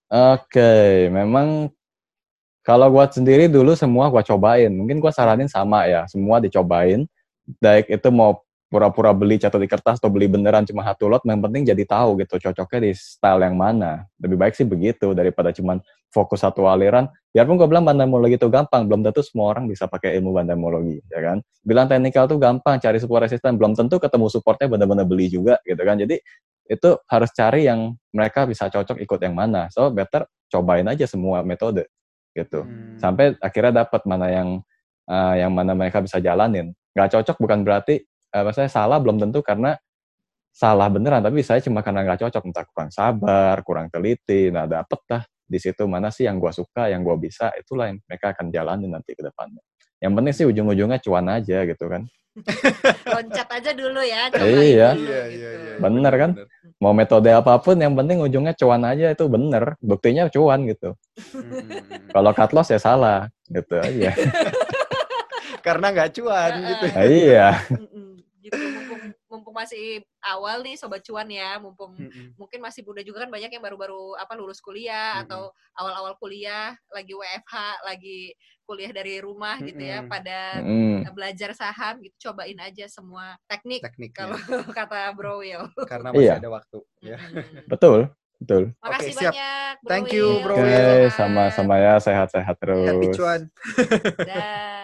Oke, memang kalau gua sendiri dulu semua gua cobain. Mungkin gua saranin sama ya, semua dicobain. Baik itu mau pura-pura beli catat di kertas atau beli beneran cuma satu lot, yang penting jadi tahu gitu cocoknya di style yang mana. Lebih baik sih begitu daripada cuman fokus satu aliran. Biarpun gua bilang bandarmologi itu gampang, belum tentu semua orang bisa pakai ilmu bandarmologi, ya kan? Bilang teknikal tuh gampang, cari support resisten, belum tentu ketemu supportnya benar-benar beli juga, gitu kan? Jadi itu harus cari yang mereka bisa cocok ikut yang mana. So better cobain aja semua metode gitu. Hmm. Sampai akhirnya dapat mana yang uh, yang mana mereka bisa jalanin. Nggak cocok bukan berarti uh, maksudnya salah belum tentu karena salah beneran, tapi saya cuma karena nggak cocok, entah kurang sabar, kurang teliti. Nah dapet dah di situ mana sih yang gua suka, yang gua bisa, itulah yang mereka akan jalanin nanti ke depannya. Yang penting sih ujung-ujungnya cuan aja gitu kan. Loncat aja dulu ya, cobain Iya. dulu Iya, gitu. iya, iya. Bener kan? Bener. Mau metode apapun yang penting ujungnya cuan aja, itu bener. Buktinya cuan gitu. Mm-mm. Kalau cut loss ya salah gitu aja. Karena nggak cuan Heeh. gitu. Nah, iya. Mm-mm. Gitu mumpung mumpung masih awal nih Sobat Cuan ya, mumpung Mm-mm. mungkin masih muda juga kan, banyak yang baru-baru apa lulus kuliah Mm-mm. atau awal-awal kuliah, lagi W F H, lagi kuliah dari rumah gitu ya, Mm-mm. pada Mm. belajar saham gitu, cobain aja semua teknik Tekniknya. kalau kata Bro Will. Karena masih Iya. ada waktu ya. Mm-mm. Betul, betul. Makasih Oke, siap. banyak Bro Thank you, Will. Bro Oke, Will. Sehat-sehat. sama-sama ya, sehat-sehat terus. Happy cuan. Dah.